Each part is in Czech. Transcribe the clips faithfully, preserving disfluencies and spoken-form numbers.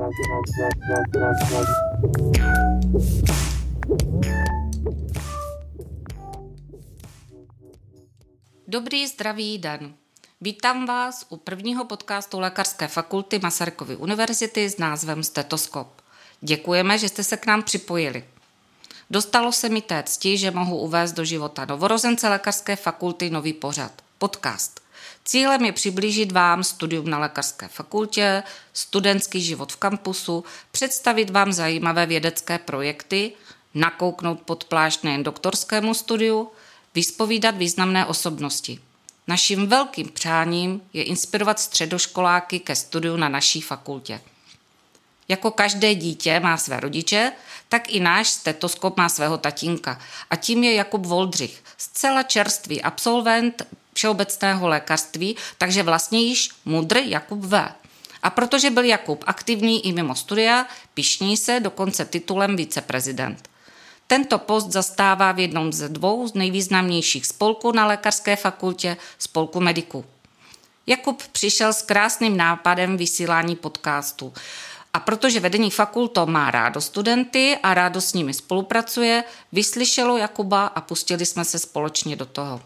Dobrý zdravý den. Vítám vás u prvního podcastu Lékařské fakulty Masarykovy univerzity s názvem Stetoskop. Děkujeme, že jste se k nám připojili. Dostalo se mi té cti, že mohu uvést do života novorozence Lékařské fakulty nový pořad, podcast. Cílem je přiblížit vám studium na Lékařské fakultě, studentský život v kampusu, představit vám zajímavé vědecké projekty, nakouknout pod plášť nejen doktorskému studiu, vyspovídat významné osobnosti. Naším velkým přáním je inspirovat středoškoláky ke studiu na naší fakultě. Jako každé dítě má své rodiče, tak i náš stetoskop má svého tatínka a tím je Jakub Voldřich, zcela čerstvý absolvent všeobecného lékařství, takže vlastně již mudr Jakub V. A protože byl Jakub aktivní i mimo studia, pyšní se dokonce titulem viceprezident. Tento post zastává v jednom ze dvou z nejvýznamnějších spolků na Lékařské fakultě, spolku mediků. Jakub přišel s krásným nápadem vysílání podcastu. A protože vedení fakulto má rádo studenty a rádo s nimi spolupracuje, vyslyšelo Jakuba a pustili jsme se společně do toho.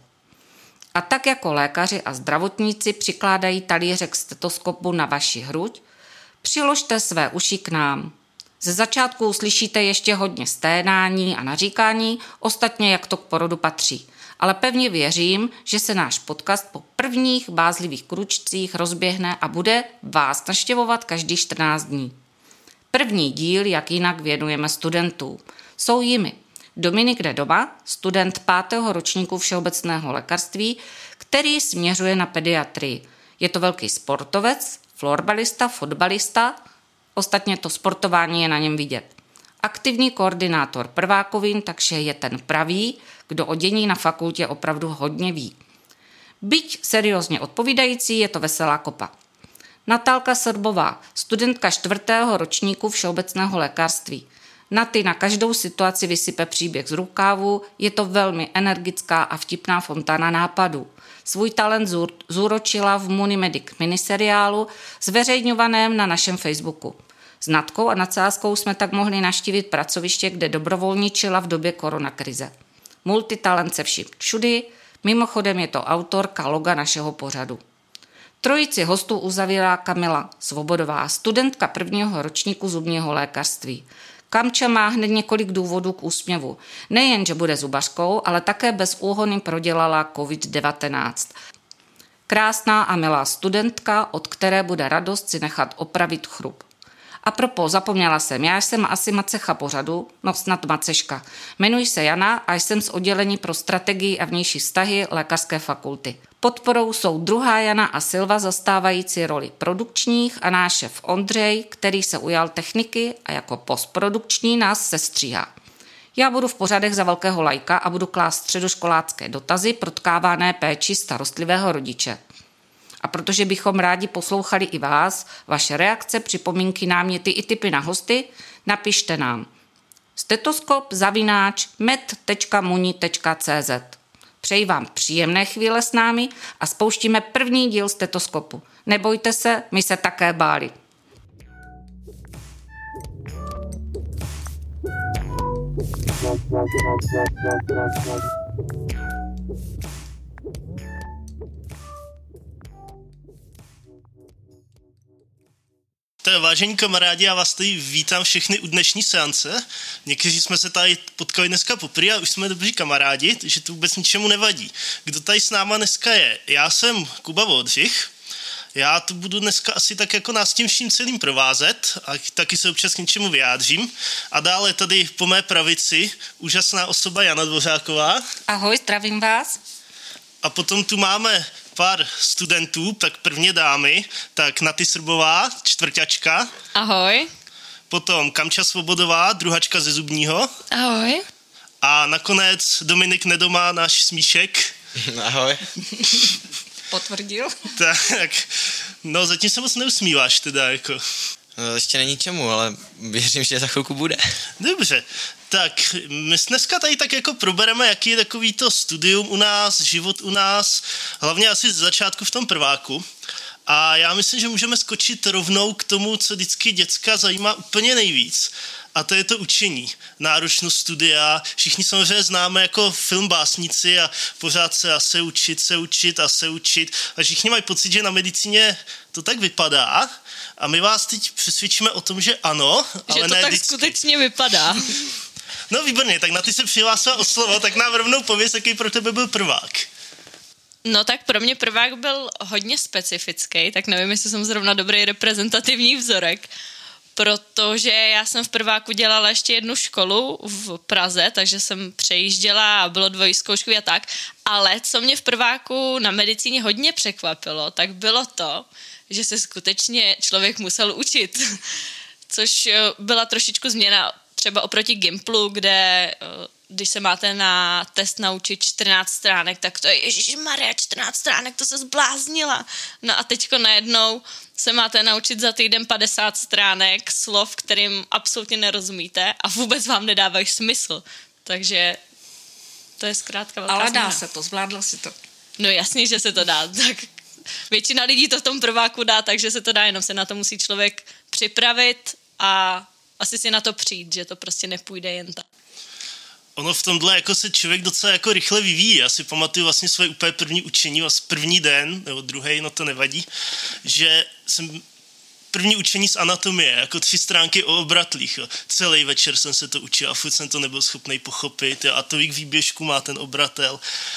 A tak jako lékaři a zdravotníci přikládají talířek stetoskopu na vaši hruď, přiložte své uši k nám. Ze začátku uslyšíte ještě hodně sténání a naříkání, ostatně jak to k porodu patří. Ale pevně věřím, že se náš podcast po prvních bázlivých kručcích rozběhne a bude vás navštěvovat každý čtrnáct dní. První díl, jak jinak věnujeme studentům, jsou jimi Dominik Redoma, student pátého ročníku všeobecného lékařství, který směřuje na pediatrii. Je to velký sportovec, florbalista, fotbalista, ostatně to sportování je na něm vidět. Aktivní koordinátor prvákovin, takže je ten pravý, kdo o dění na fakultě opravdu hodně ví. Byť seriózně odpovídající, je to veselá kopa. Natálka Srbová, studentka čtvrtého ročníku všeobecného lékařství. Na ty na každou situaci vysype příběh z rukávu, je to velmi energická a vtipná fontána nápadů. Svůj talent zúročila v Munimedic miniseriálu, zveřejňovaném na našem Facebooku. S Natkou a nadsázkou jsme tak mohli navštívit pracoviště, kde dobrovolničila v době koronakrize. Multitalent se vším všudy, mimochodem je to autorka loga našeho pořadu. Trojici hostů uzavírá Kamila Svobodová, studentka prvního ročníku zubního lékařství. Kamča má hned několik důvodů k úsměvu. Nejen, že bude zubařkou, ale také bez úhony prodělala covid devatenáct. Krásná a milá studentka, od které bude radost si nechat opravit chrup. A propos, zapomněla jsem, já jsem asi macecha pořadu, no snad maceška. Jmenuji se Jana a jsem z oddělení pro strategii a vnější vztahy Lékařské fakulty. Podporou jsou druhá Jana a Silva zastávající roli produkčních a náš šéf Ondřej, který se ujal techniky a jako postprodukční nás sestříhá. Já budu v pořadech za velkého lajka a budu klást středoškolácké dotazy protkávané péči starostlivého rodiče. A protože bychom rádi poslouchali i vás, vaše reakce, připomínky, náměty i tipy na hosty, napište nám stetoskop zavináč med tečka muni tečka cz. Přeji vám příjemné chvíle s námi a spouštíme první díl stetoskopu. Nebojte se, my se také báli. Tak, vážení kamarádi, já vás tady vítám všechny u dnešní seance. Někteří jsme se tady potkali dneska poprvé a už jsme dobří kamarádi, takže to vůbec ničemu nevadí. Kdo tady s náma dneska je? Já jsem Kuba Voldřich. Já tu budu dneska asi tak jako nás tím vším celým provázet a taky se občas k něčemu vyjádřím. A dále tady po mé pravici úžasná osoba Jana Dvořáková. Ahoj, zdravím vás. A potom tu máme pár studentů, tak prvně dámy, tak Naty Srbová, čtvrťačka. Ahoj. Potom Kamča Svobodová, druhačka ze zubního. Ahoj. A nakonec Dominik Nedoma, náš smíšek. Ahoj. Potvrdil. Tak, no zatím se moc neusmíváš teda, jako. No, ještě není čemu, ale věřím, že za chvilku bude. Dobře, tak my dneska tady tak jako probereme, jaký je takový to studium u nás, život u nás, hlavně asi z začátku v tom prváku. A já myslím, že můžeme skočit rovnou k tomu, co vždycky děcka zajímá úplně nejvíc. A to je to učení, náročnost studia. Všichni samozřejmě známe jako film Básníci a pořád se a se učit, se učit a se učit. A všichni mají pocit, že na medicíně to tak vypadá. A my vás teď přesvědčíme o tom, že ano, že ale to ne tak vždycky. skutečně vypadá. No výborně, tak na ty se přihlásila o slovo, tak nám rovnou pověz, jaký pro tebe byl prvák. No tak pro mě prvák byl hodně specifický, tak nevím, jestli jsem zrovna dobrý reprezentativní vzorek, protože já jsem v prváku dělala ještě jednu školu v Praze, takže jsem přejížděla a bylo dvojzkouškový a tak, ale co mě v prváku na medicíně hodně překvapilo, tak bylo to, že se skutečně člověk musel učit, což byla trošičku změna třeba oproti Gimplu, kde když se máte na test naučit čtrnáct stránek, tak to je ježišmarja, čtrnáct stránek, to se zbláznila. No a teďko najednou se máte naučit za týden padesát stránek slov, kterým absolutně nerozumíte a vůbec vám nedávají smysl. Takže to je zkrátka velká Ale změna. dá se to, zvládla si to. No jasně, že se to dá. Tak většina lidí to v tom prváku dá, takže se to dá, jenom se na to musí člověk připravit a asi si na to přijít, že to prostě nepůjde jen tak. Ono v tomhle jako se člověk docela jako rychle vyvíjí. Já si pamatuju vlastně svoje úplně první učení, vlastně první den, nebo druhý, no to nevadí, že jsem první učení z anatomie, jako tři stránky o obratlích. Jo. Celý večer jsem se to učil a furt jsem to nebyl schopný pochopit. Jo. A tolik výběžků má ten obratel.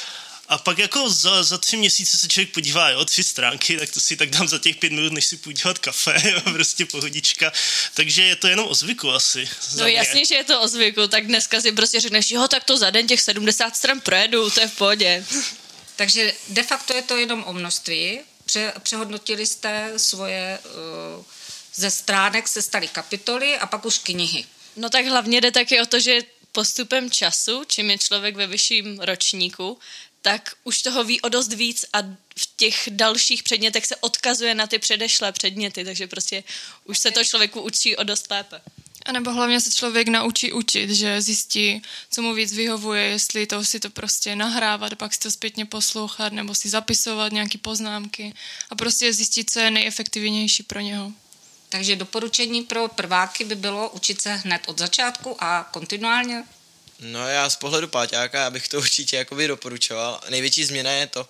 A pak jako za, za tři měsíce se člověk podívá, jo, tři stránky, tak to si tak dám za těch pět minut, než si půjdu dělat kafe, jo, prostě pohodička. Takže je to jenom o zvyku asi. No jasně, že je to o zvyku, tak dneska si prostě řekneš, jo, tak to za den těch sedmdesát stran projedu, to je v pohodě. Takže de facto je to jenom o množství. Pře- přehodnotili jste svoje, uh, ze stránek se staly kapitoly a pak už knihy. No tak hlavně jde taky o to, že postupem času, čím je člověk ve vyšším ročníku, tak už toho ví o dost víc a v těch dalších předmětech se odkazuje na ty předešlé předměty, takže prostě už se to člověku učí o dost lépe. A nebo hlavně se člověk naučí učit, že zjistí, co mu víc vyhovuje, jestli to si to prostě nahrávat, pak si to zpětně poslouchat, nebo si zapisovat nějaké poznámky a prostě zjistit, co je nejefektivnější pro něho. Takže doporučení pro prváky by bylo učit se hned od začátku a kontinuálně. No já z pohledu páťáka, já bych to určitě jakoby doporučoval. Největší změna je to,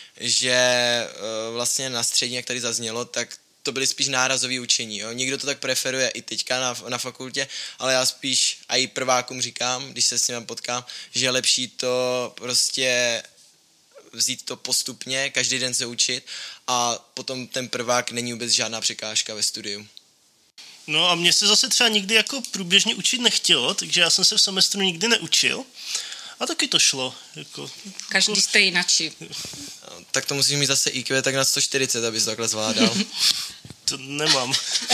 že uh, vlastně na střední, jak tady zaznělo, tak to byly spíš nárazové učení. Jo? Někdo to tak preferuje i teďka na, na fakultě, ale já spíš a i prvákům říkám, když se s nimi potkám, že je lepší to prostě vzít to postupně, každý den se učit a potom ten prvák není vůbec žádná překážka ve studiu. No a mě se zase třeba nikdy jako průběžně učit nechtělo, takže já jsem se v semestru nikdy neučil. A taky to šlo. Jako, Každý jako... jste jinačí. No, tak to musíš mít zase í kvé tak na sto čtyřicet, abys to takhle zvládal. To nemám.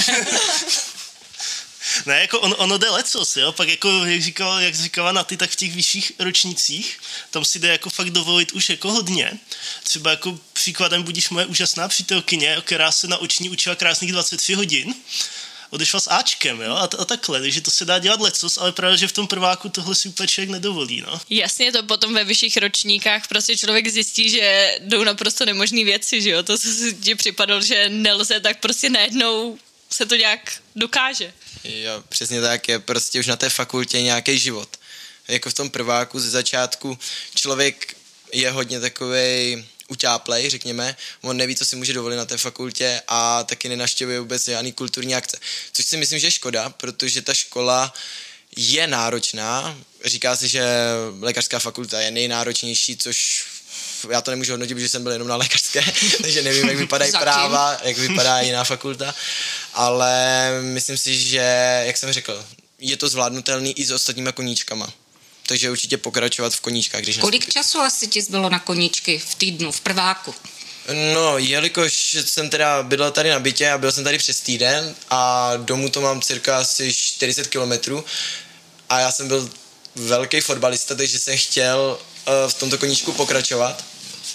Ne, jako on, ono jde lecos, jo, pak jako, jak říkala, jak říkala Naty, tak v těch vyšších ročnících, tam si jde jako fakt dovolit už jako hodně. Třeba jako příkladem budíš moje úžasná přítelkyně, která se na oční učila krásných dvacet tři hodin, odešla s Ačkem, jo, a, t- a takhle, takže to se dá dělat lecos, ale právě, že v tom prváku tohle si úplně člověk nedovolí, no. Jasně, to potom ve vyšších ročníkách prostě člověk zjistí, že jdou naprosto nemožné věci, že jo, to se ti připadalo, že nelze, tak prostě najednou se to nějak dokáže. Jo, přesně tak, je prostě už na té fakultě nějaký život. Jako v tom prváku ze začátku člověk je hodně takovej utáplej, řekněme, on neví, co si může dovolit na té fakultě a taky nenaštěvuje vůbec žádný kulturní akce. Což si myslím, že je škoda, protože ta škola je náročná. Říká se, že lékařská fakulta je nejnáročnější, což já to nemůžu hodnotit, protože jsem byl jenom na lékařské, takže nevím, jak vypadají práva, jak vypadá jiná fakulta, ale myslím si, že, jak jsem řekl, je to zvládnutelný i s ostatníma koníčkama. Takže určitě pokračovat v koníčkách. Když Kolik nastupí. času asi ti zbylo na koníčky v týdnu, v prváku? No, jelikož jsem teda bydlel tady na bytě a byl jsem tady přes týden a domů to mám cirka asi čtyřicet kilometrů a já jsem byl velký fotbalista, takže jsem chtěl uh, v tomto koníčku pokračovat.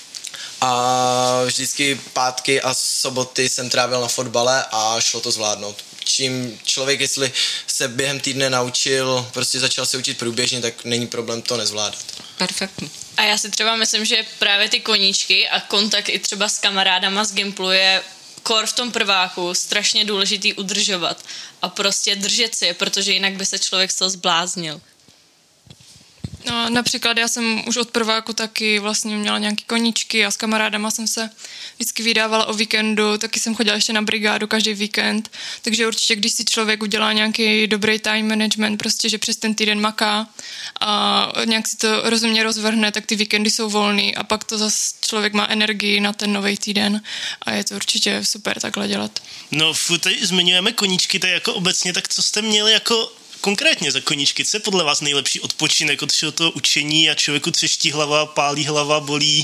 A vždycky pátky a soboty jsem trávil na fotbale a šlo to zvládnout. Čím člověk, jestli se během týdne naučil, prostě začal se učit průběžně, tak není problém to nezvládat. Perfektní. A já si třeba myslím, že právě ty koníčky a kontakt i třeba s kamarádama z Gimplu je kor v tom prváku strašně důležitý udržovat a prostě držet si je, protože jinak by se člověk z toho zbláznil. No, například já jsem už od prváku taky vlastně měla nějaký koníčky a s kamarádama jsem se vždycky vydávala o víkendu, taky jsem chodila ještě na brigádu každý víkend, takže určitě, když si člověk udělá nějaký dobrý time management, prostě, že přes ten týden maká a nějak si to rozumně rozvrhne, tak ty víkendy jsou volný a pak to zase člověk má energii na ten nový týden a je to určitě super takhle dělat. No, furt tady zmiňujeme koníčky, tak jako obecně, tak co jste měli jako konkrétně za koníčky? Co je podle vás nejlepší odpočinek od všeho toho učení a člověku třeští hlava, pálí hlava, bolí?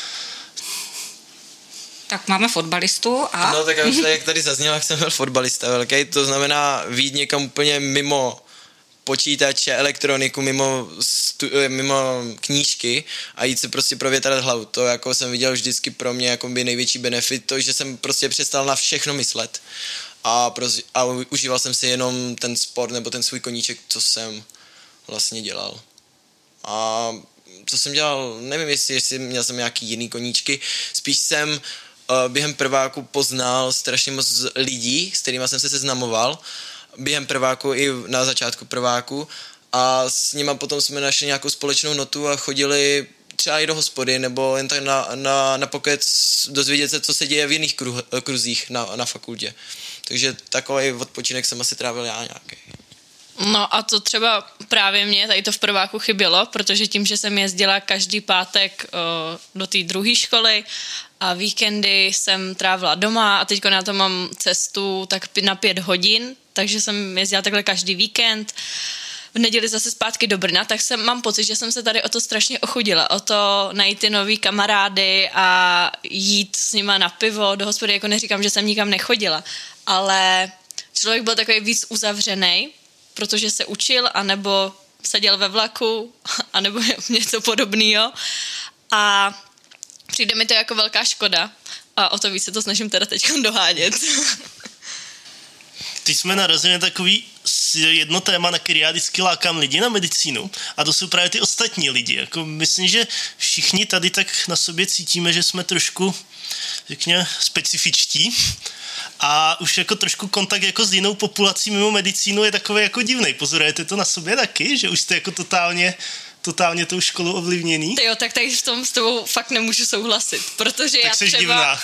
Tak máme fotbalistu a... No tak jak tady zaznělo, jak jsem byl fotbalista velký, to znamená vyjít někam úplně mimo počítače, elektroniku, mimo, stu, mimo knížky a jít se prostě provětrat hlavu. To jako jsem viděl vždycky pro mě jako by největší benefit, to, že jsem prostě přestal na všechno myslet. A, prostě, a užíval jsem si jenom ten sport nebo ten svůj koníček, co jsem vlastně dělal. A co jsem dělal, nevím, jestli, jestli měl jsem nějaký jiný koníčky, spíš jsem uh, během prváku poznal strašně moc lidí, s kterými jsem se seznamoval, během prváku i na začátku prváku a s nima potom jsme našli nějakou společnou notu a chodili třeba i do hospody, nebo jen tak na, na, na pokec dozvědět se, co se děje v jiných kruh, kruzích na, na fakultě. Takže takový odpočinek jsem asi trávil já nějaký. No a to třeba právě mě tady to v prváku chybělo, protože tím, že jsem jezdila každý pátek o, do té druhé školy a víkendy jsem trávila doma a teďko na to mám cestu tak na pět hodin, takže jsem jezdila takhle každý víkend. V neděli zase zpátky do Brna, tak jsem, mám pocit, že jsem se tady o to strašně ochudila, o to najít ty nový kamarády a jít s nima na pivo do hospody, jako neříkám, že jsem nikam nechodila, ale člověk byl takový víc uzavřenej, protože se učil, anebo seděl ve vlaku, anebo něco podobného a přijde mi to jako velká škoda a o to víc se to snažím teda teď dohánět. Teď jsme narazili na takový jedno téma, na který já vždycky lákám lidi na medicínu a to jsou právě ty ostatní lidi. Jako myslím, že všichni tady tak na sobě cítíme, že jsme trošku, řekněme, specifičtí a už jako trošku kontakt jako s jinou populací mimo medicínu je takový jako divnej. Pozorujete to na sobě taky, že už jste jako totálně totálně tou školou ovlivněný? Jo, tak tady v tom s tebou fakt nemůžu souhlasit, protože tak já jsi třeba... divná.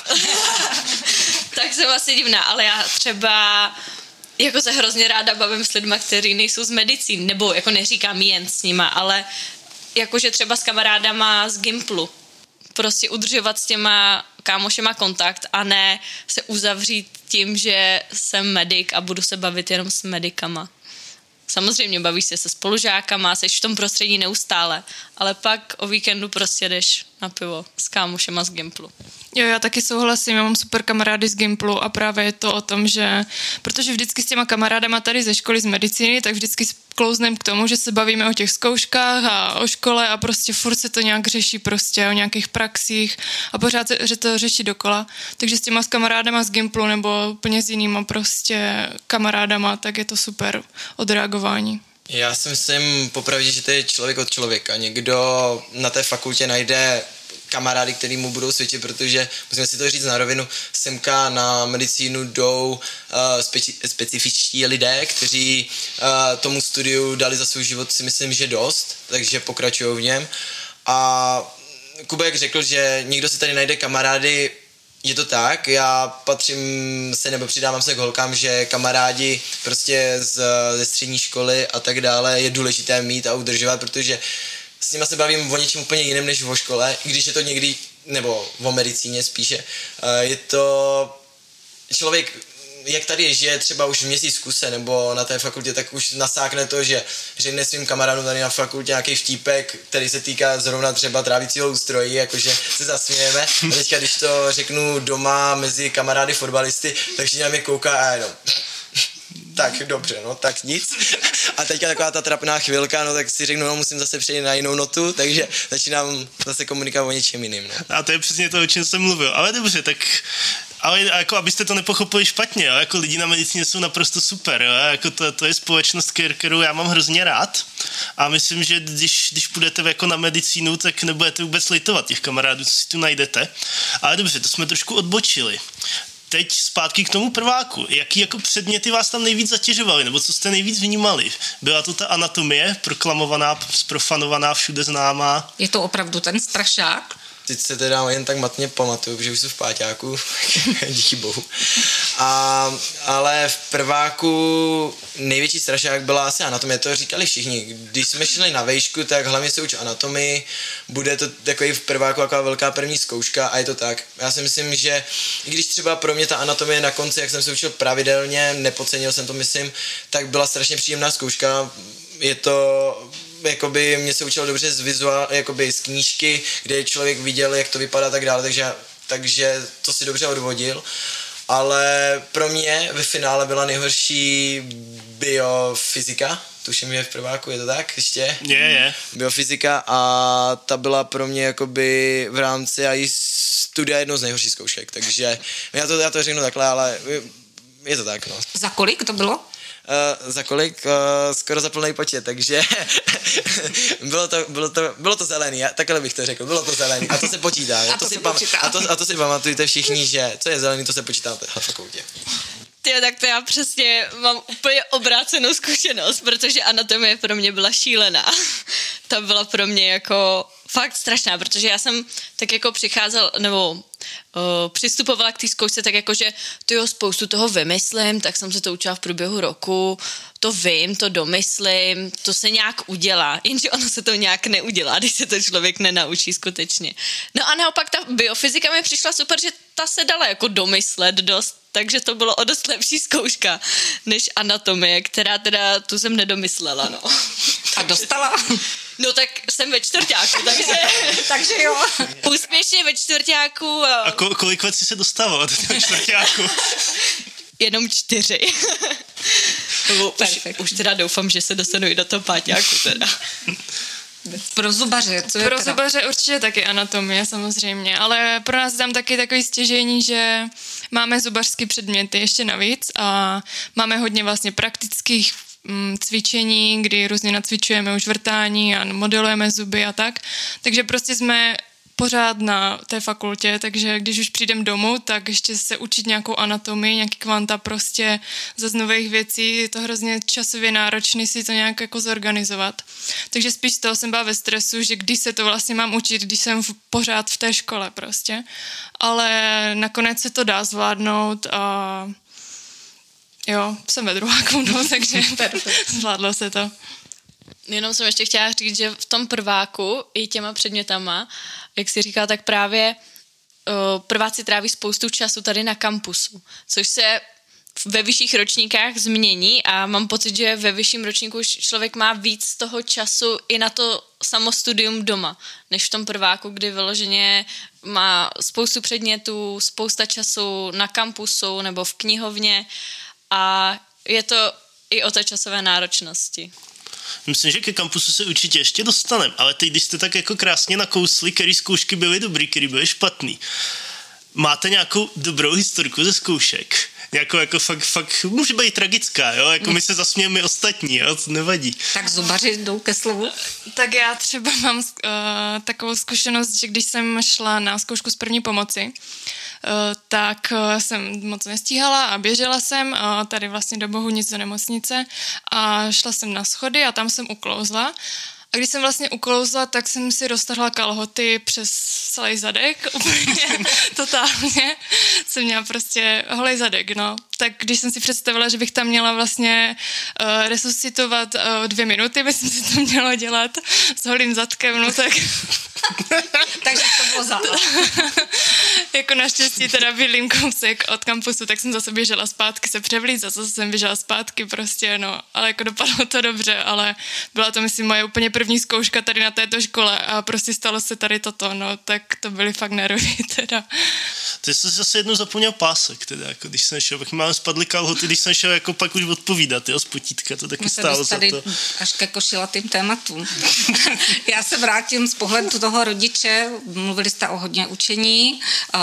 Tak jsem asi divná, ale já třeba jako se hrozně ráda bavím s lidma, kteří nejsou z medicíny, nebo jako neříkám jen s nima, ale jakože třeba s kamarádama z Gimplu. Prostě udržovat s těma kámošema kontakt a ne se uzavřít tím, že jsem medic a budu se bavit jenom s medikama. Samozřejmě bavíš se se spolužákama, seš v tom prostředí neustále, ale pak o víkendu prostě jdeš na pivo s kámošema z Gimplu. Jo, já taky souhlasím, já mám super kamarády z Gimplu a právě je to o tom, že protože vždycky s těma kamarádama tady ze školy z medicíny, tak vždycky klouznem k tomu, že se bavíme o těch zkouškách a o škole a prostě furt se to nějak řeší prostě o nějakých praxích a pořád se že to řeší dokola. Takže s těma s kamarádama z Gimplu nebo úplně s jinýma prostě kamarádama, tak je to super odreagování. Já si myslím popravdě, že to je člověk od člověka. Někdo na té fakultě najde kamarády, který mu budou svědčit, protože musíme si to říct na rovinu, semka na medicínu jdou uh, speci- specifičtí lidé, kteří uh, tomu studiu dali za svůj život, si myslím, že dost, takže pokračují v něm. A Kubek řekl, že někdo si tady najde kamarády, je to tak, já patřím se nebo přidávám se k holkám, že kamarádi prostě z, ze střední školy a tak dále je důležité mít a udržovat, protože s nima se bavím o něčem úplně jiném než o škole, i když je to někdy, nebo o medicíně spíše, je to člověk, jak tady žije třeba už měsíc v kuse nebo na té fakultě, tak už nasákne to, že řekne svým kamarádům tady na fakultě nějaký vtípek, který se týká zrovna třeba trávicího ústrojí, jakože se zasmějeme. A teďka, když to řeknu doma mezi kamarády fotbalisty, tak všichni na mě kouká a jenom... Tak dobře, no tak nic. A teďka taková ta trapná chvilka, no tak si řeknu, no musím zase přejít na jinou notu, takže začínám zase komunikovat o něčem jiným. No. A to je přesně to, o čem jsem mluvil. Ale dobře, tak ale jako abyste to nepochopili špatně, jo? Jako lidi na medicíně jsou naprosto super, jo? Jako to, to je společnost, kterou já mám hrozně rád a myslím, že když, když půjdete jako na medicínu, tak nebudete vůbec litovat těch kamarádů, co si tu najdete. Ale dobře, to jsme trošku odbočili. teď zpátky k tomu prváku. Jaký jako předměty vás tam nejvíc zatěžovaly, nebo co jste nejvíc vnímali? Byla to ta anatomie, proklamovaná, zprofanovaná, všude známá? Je to opravdu ten strašák? Teď se teda jen tak matně pamatuju, protože už jsem v páťáku, díky bohu. A, ale v prváku největší strašák byla asi anatomie, to říkali všichni. Když jsme šli na vejšku, tak hlavně se uč anatomii, bude to takový v prváku taková velká první zkouška a je to tak. Já si myslím, že i když třeba pro mě ta anatomie na konci, jak jsem se učil pravidelně, nepodcenil jsem to, myslím, tak byla strašně příjemná zkouška. Je to... jakoby mě se učilo dobře z vizuál, jakoby z knížky, kde člověk viděl, jak to vypadá a tak dále, takže, takže to si dobře odvodil. Ale pro mě ve finále byla nejhorší biofyzika, tuším, že v prváku je to tak ještě? Je, je. Biofyzika a ta byla pro mě jakoby v rámci i studia jednou z nejhorších zkoušek, takže já to, já to řeknu takhle, ale je to tak, no. Za kolik to bylo? Uh, za kolik? Uh, skoro za plný počet, takže bylo, to, bylo, to, bylo to zelený, takhle bych to řekl, bylo to zelený a to se počítá. A to, to se si počítá. Pam- a, to, a to si pamatujte všichni, že co je zelený, to se počítá na téhle fakultě. Tyjo, tak to já přesně mám úplně obrácenou zkušenost, protože anatomie pro mě byla šílená. Ta byla pro mě jako fakt strašná, protože já jsem tak jako přicházel, nebo uh, přistupovala k té zkoušce tak jako, že to jo, spoustu toho vymyslím, tak jsem se to učila v průběhu roku, to vím, to domyslím, to se nějak udělá, jenže ono se to nějak neudělá, když se to člověk nenaučí skutečně. No a naopak ta biofyzika mi přišla super, že ta se dala jako domyslet dost, takže to bylo o dost lepší zkouška než anatomie, která teda tu jsem nedomyslela, no. A dostala? No tak jsem ve čtvrťáku, takže... takže jo. Úspěšně ve čtvrťáku. A, a ko- kolik let jsi se dostával do toho čtvrťáku? Jenom čtyři. už, už teda doufám, že se dostanu i do toho páťáku teda. Pro zubaře, co je Pro teda? zubaře určitě taky anatomie samozřejmě, ale pro nás je tam taky takový stěžejní, že máme zubařské předměty ještě navíc a máme hodně vlastně praktických mm, cvičení, kdy různě nacvičujeme už vrtání a modelujeme zuby a tak, takže prostě jsme pořád na té fakultě, takže když už přijdem domů, tak ještě se učit nějakou anatomii, nějaký kvanta prostě ze nových věcí, je to hrozně časově náročný si to nějak jako zorganizovat. Takže spíš z toho jsem byla ve stresu, že když se to vlastně mám učit, když jsem v, pořád v té škole prostě. Ale nakonec se to dá zvládnout a jo, jsem ve druháku, no, takže zvládlo se to. Jenom jsem ještě chtěla říct, že v tom prváku i těma předmětama, jak jsi říkala, tak právě uh, prváci tráví spoustu času tady na kampusu, což se ve vyšších ročníkách změní a mám pocit, že ve vyšším ročníku už člověk má víc toho času i na to samostudium doma, než v tom prváku, kdy vyloženě má spoustu předmětů, spousta času na kampusu nebo v knihovně a je to i o té časové náročnosti. Myslím, že ke kampusu se určitě ještě dostaneme, ale teď, když jste tak jako krásně nakousli, který zkoušky byly dobrý, který byly špatný. Máte nějakou dobrou historku ze zkoušek? Nějakou jako fakt, fakt může být tragická, jo? Jako my se zasmějeme my ostatní, jo? To nevadí. Tak zubaři jdou ke slovu. Tak já třeba mám uh, takovou zkušenost, že když jsem šla na zkoušku z první pomoci, Uh, tak uh, jsem moc nestíhala a běžela jsem uh, tady vlastně do Bohunic do nemocnice a šla jsem na schody a tam jsem uklouzla. A když jsem vlastně uklouzla, tak jsem si roztrhla kalhoty přes celý zadek, úplně totálně. Jsem měla prostě holej zadek, no. Tak když jsem si představila, že bych tam měla vlastně uh, resuscitovat uh, dvě minuty, myslím si to mělo dělat s holým zadkem, no tak... Takže to bylo zále. Jako naštěstí teda bydlím kousek od kampusu, tak jsem zase běžela zpátky se převlít, zase jsem běžela zpátky prostě, no. Ale jako dopadlo to dobře, ale byla to, myslím, moje úplně první zkouška tady na této škole a prostě stalo se tady toto, no. Tak to byly fakt nervy teda. Ty jsi zase jednou zapomněl pásek, teda, jako když jsem šel, pak mi máme spadly kalhoty, když jsem šel jako pak už odpovídat, jo, z potítka, to taky stálo za to. Až ke košilatým tématům. Já se vrátím z pohledu toho rodiče, mluvili jste o hodně učení,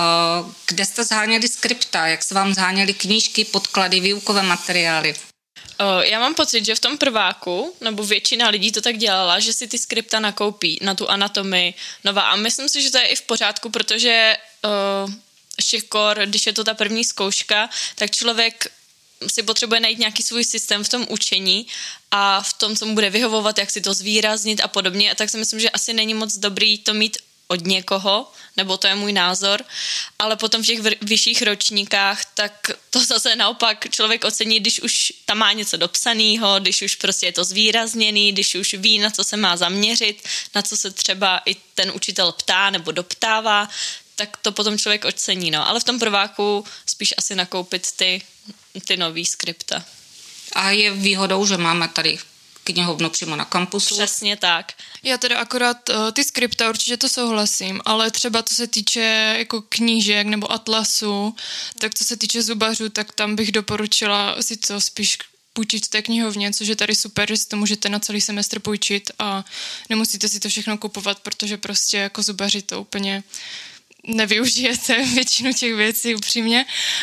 kde jste zháněli skripta, jak se vám zháněly knížky, podklady, výukové materiály? Já mám pocit, že v tom prváku, nebo většina lidí to tak dělala, že si ty skripta nakoupí na tu anatomii nová a myslím si, že to je i v pořádku, protože uh, ještě kor, když je to ta první zkouška, tak člověk si potřebuje najít nějaký svůj systém v tom učení a v tom, co mu bude vyhovovat, jak si to zvýraznit a podobně. A tak si myslím, že asi není moc dobrý to mít od někoho, nebo to je můj názor, ale potom v těch vyšších ročníkách, tak to zase naopak člověk ocení, když už tam má něco dopsaného, když už prostě je to zvýrazněný, když už ví, na co se má zaměřit, na co se třeba i ten učitel ptá nebo doptává, tak to potom člověk ocení, no. Ale v tom prváku spíš asi nakoupit ty, ty nový skripta. A je výhodou, že máme tady knihovnu přímo na kampusu. Přesně tak. Já teda akorát uh, ty skripta určitě to souhlasím, ale třeba to se týče jako knížek nebo atlasu, tak co se týče zubařů, tak tam bych doporučila si to spíš půjčit v té knihovně, což je tady super, že si to můžete na celý semestr půjčit a nemusíte si to všechno kupovat, protože prostě jako zubaři to úplně nevyužijete většinu těch věcí upřímně.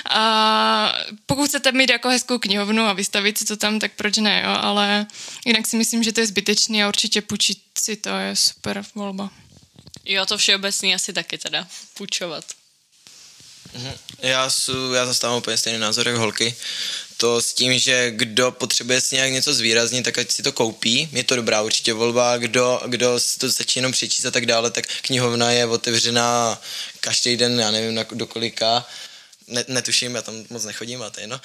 A pokud chcete mít jako hezkou knihovnu a vystavit si to tam, tak proč ne, jo? Ale jinak si myslím, že to je zbytečný a určitě půjčit si to je super volba. Jo, to všeobecný asi taky teda půjčovat. Já, jsou, já zastávám úplně stejný názor jak holky. To s tím, že kdo potřebuje si nějak něco zvýraznit, tak ať si to koupí. Je to dobrá určitě volba. Kdo, kdo si to začne jenom přečíst a tak dále, tak knihovna je otevřená každý den, já nevím do kolika. Ne, netuším, já tam moc nechodím a to je no.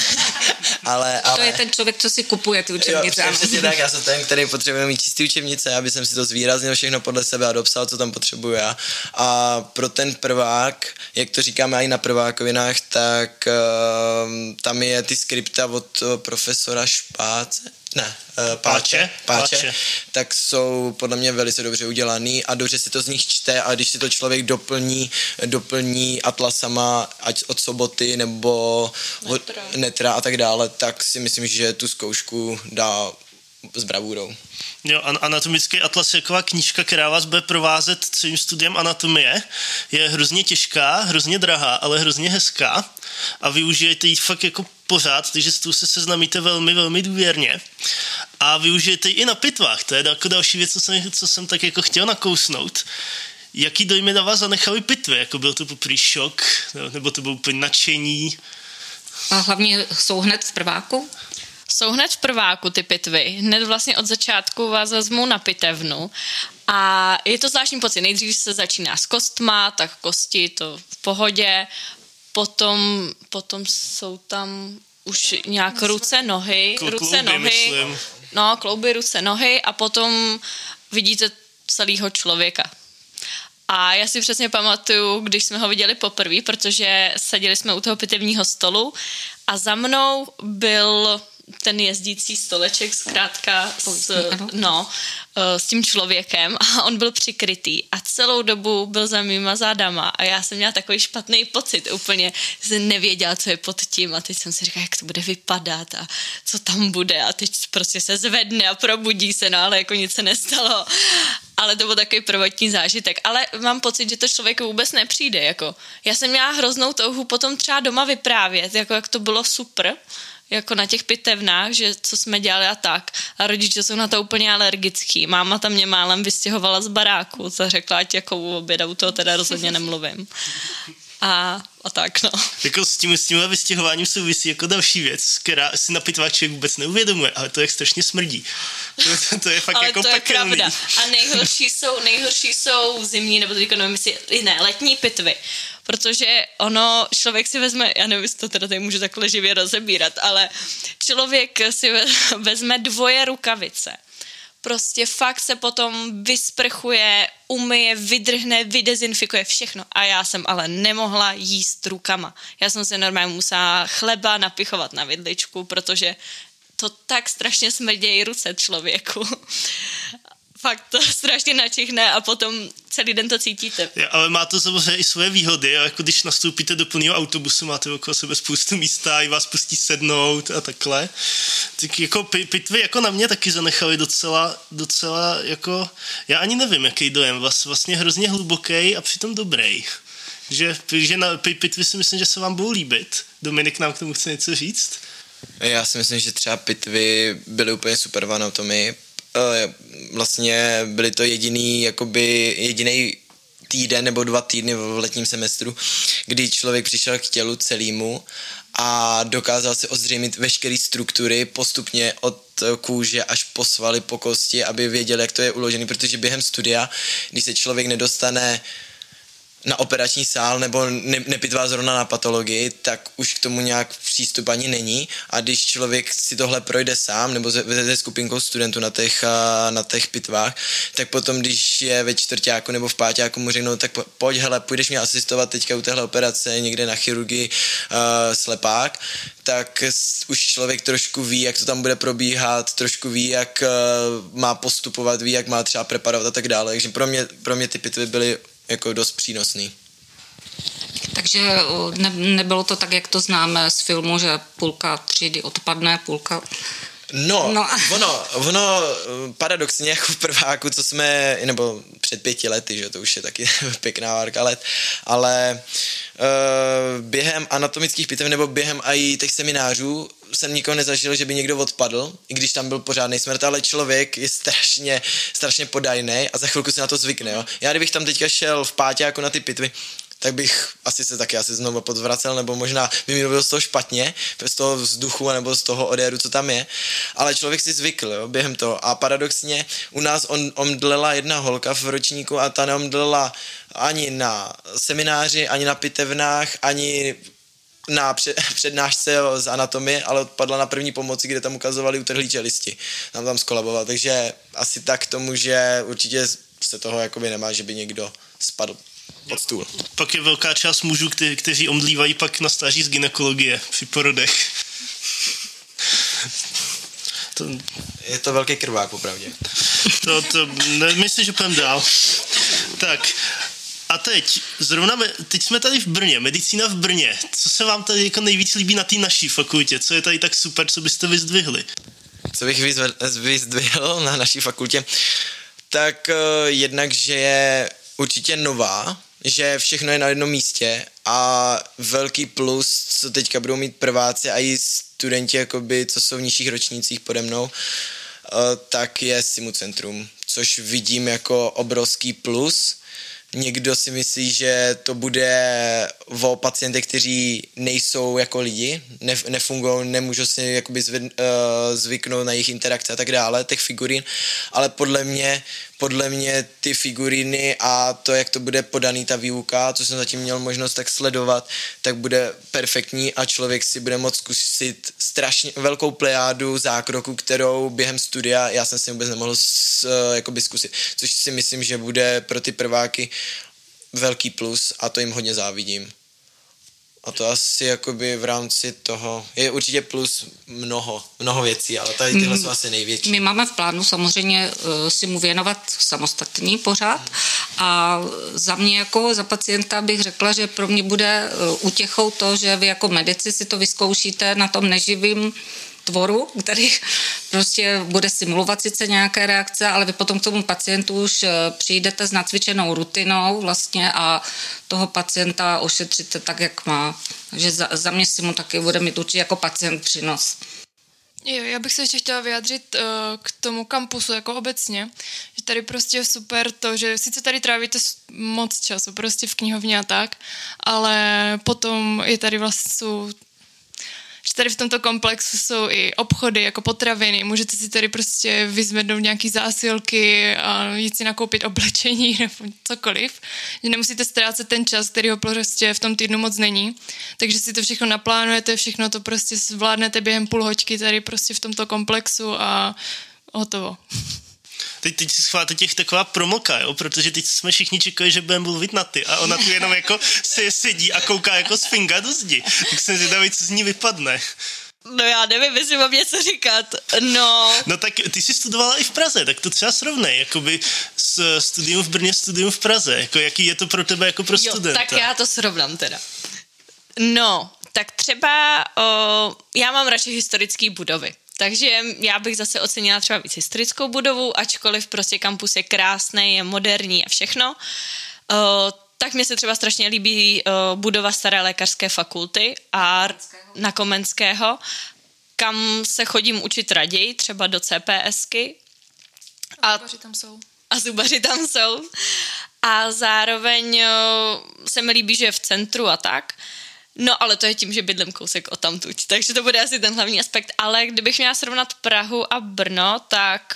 ale, ale... To je ten člověk, co si kupuje ty učebnice. Jo, přesně tak, já jsem ten, který potřebuje mít čistý učebnice, aby jsem si to zvýraznil všechno podle sebe a dopsal, co tam potřebuju já. A pro ten prvák, jak to říkáme i na prvákovinách, tak uh, tam je ty skripta od uh, profesora Špáce, ne, uh, Páče, Páče, Páče, tak jsou podle mě velice dobře udělaný a dobře si to z nich čte a když si to člověk doplní, doplní atlasama, ať od Soboty nebo Netra. od Netra a tak dále, tak si myslím, že tu zkoušku dá s bravůrou. Jo, anatomický atlas je taková knížka, která vás bude provázet celým studiem anatomie. Je hrozně těžká, hrozně drahá, ale hrozně hezká a využijete ji fakt jako pořád, takže s tou se seznamíte velmi, velmi důvěrně. A využijete ji i na pitvách, to je jako další věc, co jsem, co jsem tak jako chtěl nakousnout. Jaký dojmy na vás zanechaly pitvy? Jako byl to poprvé šok, nebo to bylo úplně nadšení? A hlavně jsou hned v prváku? Jsou hned v prváku ty pitvy. Hned vlastně od začátku vás vezmou na pitevnu a je to zvláštní pocit. Nejdřív se začíná s kostma, tak kosti to v pohodě, potom, potom jsou tam už nějak ruce, nohy, Kl- ruce, klouby, nohy, myslím. no, klouby, ruce, nohy a potom vidíte celého člověka. A já si přesně pamatuju, když jsme ho viděli poprvé, protože seděli jsme u toho pitevního stolu a za mnou byl ten jezdící stoleček zkrátka s, no, s tím člověkem a on byl přikrytý a celou dobu byl za mýma zádama a já jsem měla takový špatný pocit, úplně jsem nevěděla, co je pod tím a teď jsem si říkala, jak to bude vypadat a co tam bude a teď prostě se zvedne a probudí se, no ale jako nic se nestalo. Ale to byl takový prvotní zážitek. Ale mám pocit, že to člověku vůbec nepřijde. Jako. Já jsem měla hroznou touhu potom třeba doma vyprávět, jako jak to bylo super, jako na těch pitevnách, že co jsme dělali a tak. A rodiče jsou na to úplně alergický. Máma tam mě málem vystěhovala z baráku, co řekla, ať jako u oběda u toho teda rozhodně nemluvím. A, a tak, no. Jako s tím, s tímhle vystěhováním souvisí jako další věc, která si na pitváče vůbec neuvědomuje, ale to jak strašně smrdí. To, to je fakt ale jako to pekelný. je pravda. A nejhorší jsou, nejhorší jsou zimní, nebo teďka nevím, jestli, ne, letní pitvy. Protože ono, člověk si vezme, já nevím, jestli to teda tady můžu takhle živě rozebírat, ale člověk si vezme dvoje rukavice. Prostě fakt se potom vysprchuje, umyje, vydrhne, vydezinfikuje všechno. A já jsem ale nemohla jíst rukama. Já jsem se normálně musela chleba napichovat na vidličku, protože to tak strašně smrdějí ruce člověku. Fakt to strašně načichne a potom celý den to cítíte. Ja, ale má to samozřejmě i svoje výhody, jako když nastoupíte do plného autobusu, máte okolo sebe spoustu místa, i vás pustí sednout a takhle. Tak jako pitvy jako na mě taky zanechaly docela, docela jako, já ani nevím, jaký dojem, vlastně hrozně hluboký a přitom dobrý. Že, že na pitvy si myslím, že se vám budou líbit. Dominik nám k tomu chce něco říct? Já si myslím, že třeba pitvy byly úplně super v anatomii. Vlastně byly to jediný, jakoby jediný týden nebo dva týdny v letním semestru, kdy člověk přišel k tělu celému a dokázal si ozřejmit veškeré struktury postupně od kůže až po svaly, po kosti, aby věděl, jak to je uložený, protože během studia, když se člověk nedostane na operační sál nebo ne, nepitvá zrovna na patologii, tak už k tomu nějak přístup ani není a když člověk si tohle projde sám nebo se, se skupinkou studentů na těch, na těch pitvách, tak potom, když je ve čtvrťáku nebo v páťáku mu řeknou, tak po, pojď, hele, půjdeš mě asistovat teďka u téhle operace někde na chirurgii uh, slepák, tak už člověk trošku ví, jak to tam bude probíhat, trošku ví, jak uh, má postupovat, ví, jak má třeba preparovat a tak dále. Takže pro mě, pro mě ty pitvy byly jako dost přínosný. Takže ne, nebylo to tak, jak to známe z filmu, že půlka třídy odpadne, půlka... No, no. ono, ono paradoxně jako v prváku, co jsme, nebo před pěti lety, že to už je taky pěkná várka let, ale uh, během anatomických pitev nebo během i těch seminářů jsem nikoho nezažil, že by někdo odpadl, i když tam byl pořádný smrt, ale člověk je strašně, strašně podajnej a za chvilku se na to zvykne. Jo? Já kdybych tam teďka šel v pátě jako na ty pitvy, tak bych asi se taky asi znovu podvracel, nebo možná by mi bylo z toho špatně, z toho vzduchu nebo z toho odéru, co tam je. Ale člověk si zvykl, jo, během toho. A paradoxně u nás on, omdlela jedna holka v ročníku a ta neomdlela ani na semináři, ani na pitevnách, ani na přednášce z anatomie, ale odpadla na první pomoci, kde tam ukazovali utrhlý čelisti. Tam tam skolaboval. Takže asi tak tomu, že určitě se toho jakoby nemá, že by někdo spadl pod stůl. Pak je velká část mužů, kte- kteří omdlívají pak na stáří z gynekologie při porodech. to... Je to velký krvák, popravdě. To, to nemyslím, že půjdem dál. Tak, a teď, zrovna, teď jsme tady v Brně, medicína v Brně. Co se vám tady jako nejvíc líbí na té naší fakultě? Co je tady tak super, co byste vyzdvihli? Co bych vyzdvihl na naší fakultě? Tak uh, jednak, že je určitě nová, že všechno je na jednom místě a velký plus, co teďka budou mít prváci a i studenti, jakoby, co jsou v nižších ročnících pode mnou, uh, tak je Simulcentrum, což vidím jako obrovský plus. Někdo si myslí, že to bude o pacientech, kteří nejsou jako lidi, nef- nefungují, nemůžou si jakoby zvy- uh, zvyknout na jejich interakce a tak dále, těch figurín, ale podle mě, podle mě ty figuríny a to, jak to bude podaný ta výuka, co jsem zatím měl možnost tak sledovat, tak bude perfektní a člověk si bude moct zkusit strašně velkou plejádu zákroků, kterou během studia já jsem si vůbec nemohl s, uh, jakoby zkusit, což si myslím, že bude pro ty prváky velký plus a to jim hodně závidím. A to asi jakoby v rámci toho je určitě plus mnoho, mnoho věcí, ale tady tyhle jsou asi největší. My máme v plánu samozřejmě uh, si mu věnovat samostatný pořád a za mě jako za pacienta bych řekla, že pro mě bude uh, útěchou to, že vy jako medici si to vyzkoušíte na tom neživým tvoru, který prostě bude simulovat sice nějaké reakce, ale vy potom k tomu pacientu už přijdete s nacvičenou rutinou vlastně a toho pacienta ošetříte tak, jak má. Takže za, za mě si mu taky bude mít určitě jako pacient přínos. Jo, já bych se ještě chtěla vyjádřit uh, k tomu kampusu jako obecně, že tady prostě je super to, že sice tady trávíte moc času prostě v knihovně a tak, ale potom je tady vlastně jsou že tady v tomto komplexu jsou i obchody jako potraviny, můžete si tady prostě vyzvednout nějaký zásilky a jít si nakoupit oblečení nebo cokoliv, že nemusíte ztrácet ten čas, který ho prostě v tom týdnu moc není, takže si to všechno naplánujete, všechno to prostě zvládnete během půl hoďky tady prostě v tomto komplexu a hotovo. Teď, teď si schválte těch taková promoka, jo? Protože teď jsme všichni čekali, že budeme mluvit na ty a ona tu jenom jako se sedí a kouká jako z finga do zdi. Tak jsem zvědavý, co z ní vypadne. No já nevím, jestli mám něco říkat. No. No tak ty jsi studovala i v Praze, tak to třeba srovnej, jakoby s studium v Brně, studium v Praze. Jako jaký je to pro tebe jako pro jo, studenta? Tak já to srovnám teda. No, tak třeba o, já mám radši historické budovy. Takže já bych zase ocenila třeba víc historickou budovu, ačkoliv prostě kampus je krásný, je moderní a všechno. O, tak mně se třeba strašně líbí o, budova Staré lékařské fakulty a na Komenského, kam se chodím učit raději, třeba do CPSky. A zubaři tam jsou. A zubaři tam jsou. a zároveň se mi líbí, že je v centru a tak. No, ale to je tím, že bydlím kousek odtamtud, takže to bude asi ten hlavní aspekt. Ale kdybych měla srovnat Prahu a Brno, tak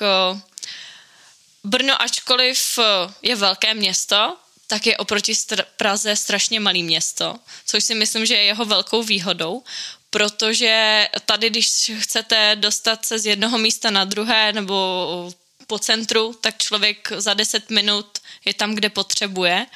Brno, ačkoliv je velké město, tak je oproti str- Praze strašně malý město, což si myslím, že je jeho velkou výhodou, protože tady, když chcete dostat se z jednoho místa na druhé nebo po centru, tak člověk za deset minut je tam, kde potřebuje.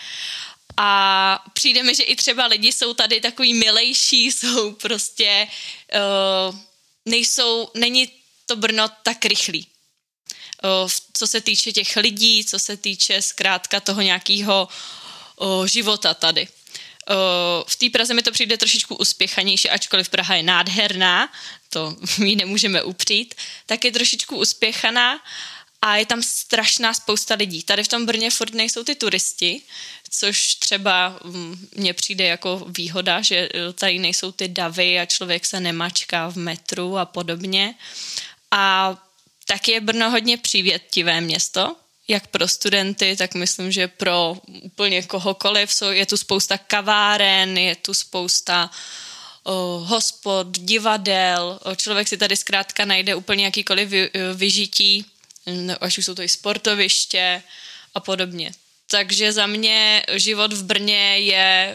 A přijde mi, že i třeba lidi jsou tady takový milejší, jsou prostě, uh, nejsou, není to Brno tak rychlý. Uh, co se týče těch lidí, co se týče zkrátka toho nějakého uh, života tady. Uh, v té Praze mi to přijde trošičku uspěchanější, ačkoliv Praha je nádherná, to ji nemůžeme upřít, tak je trošičku uspěchaná a je tam strašná spousta lidí. Tady v tom Brně furt nejsou ty turisti, což třeba mně přijde jako výhoda, že tady nejsou ty davy a člověk se nemačká v metru a podobně. A tak je Brno hodně přívětivé město, jak pro studenty, tak myslím, že pro úplně kohokoliv. Je tu spousta kaváren, je tu spousta o, hospod, divadel. O, člověk si tady zkrátka najde úplně jakýkoliv vy, vyžití, až už jsou to i sportoviště a podobně. Takže za mě život v Brně je,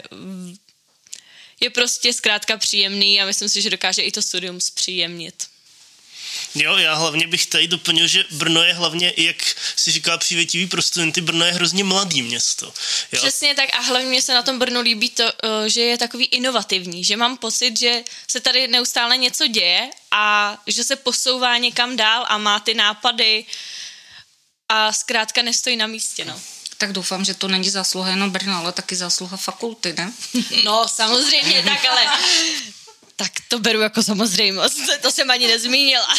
je prostě zkrátka příjemný a myslím si, že dokáže i to studium zpříjemnit. Jo, já hlavně bych tady doplnil, že Brno je hlavně, jak si říká, přívětivý pro studenty, Brno je hrozně mladý město. Jo? Přesně tak a hlavně mě se na tom Brnu líbí to, že je takový inovativní, že mám pocit, že se tady neustále něco děje a že se posouvá někam dál a má ty nápady a zkrátka nestojí na místě, no. Tak doufám, že to není zásluha jenom Brna, ale taky zásluha fakulty, ne? No, samozřejmě, tak ale... Tak to beru jako samozřejmost, to jsem ani nezmínila.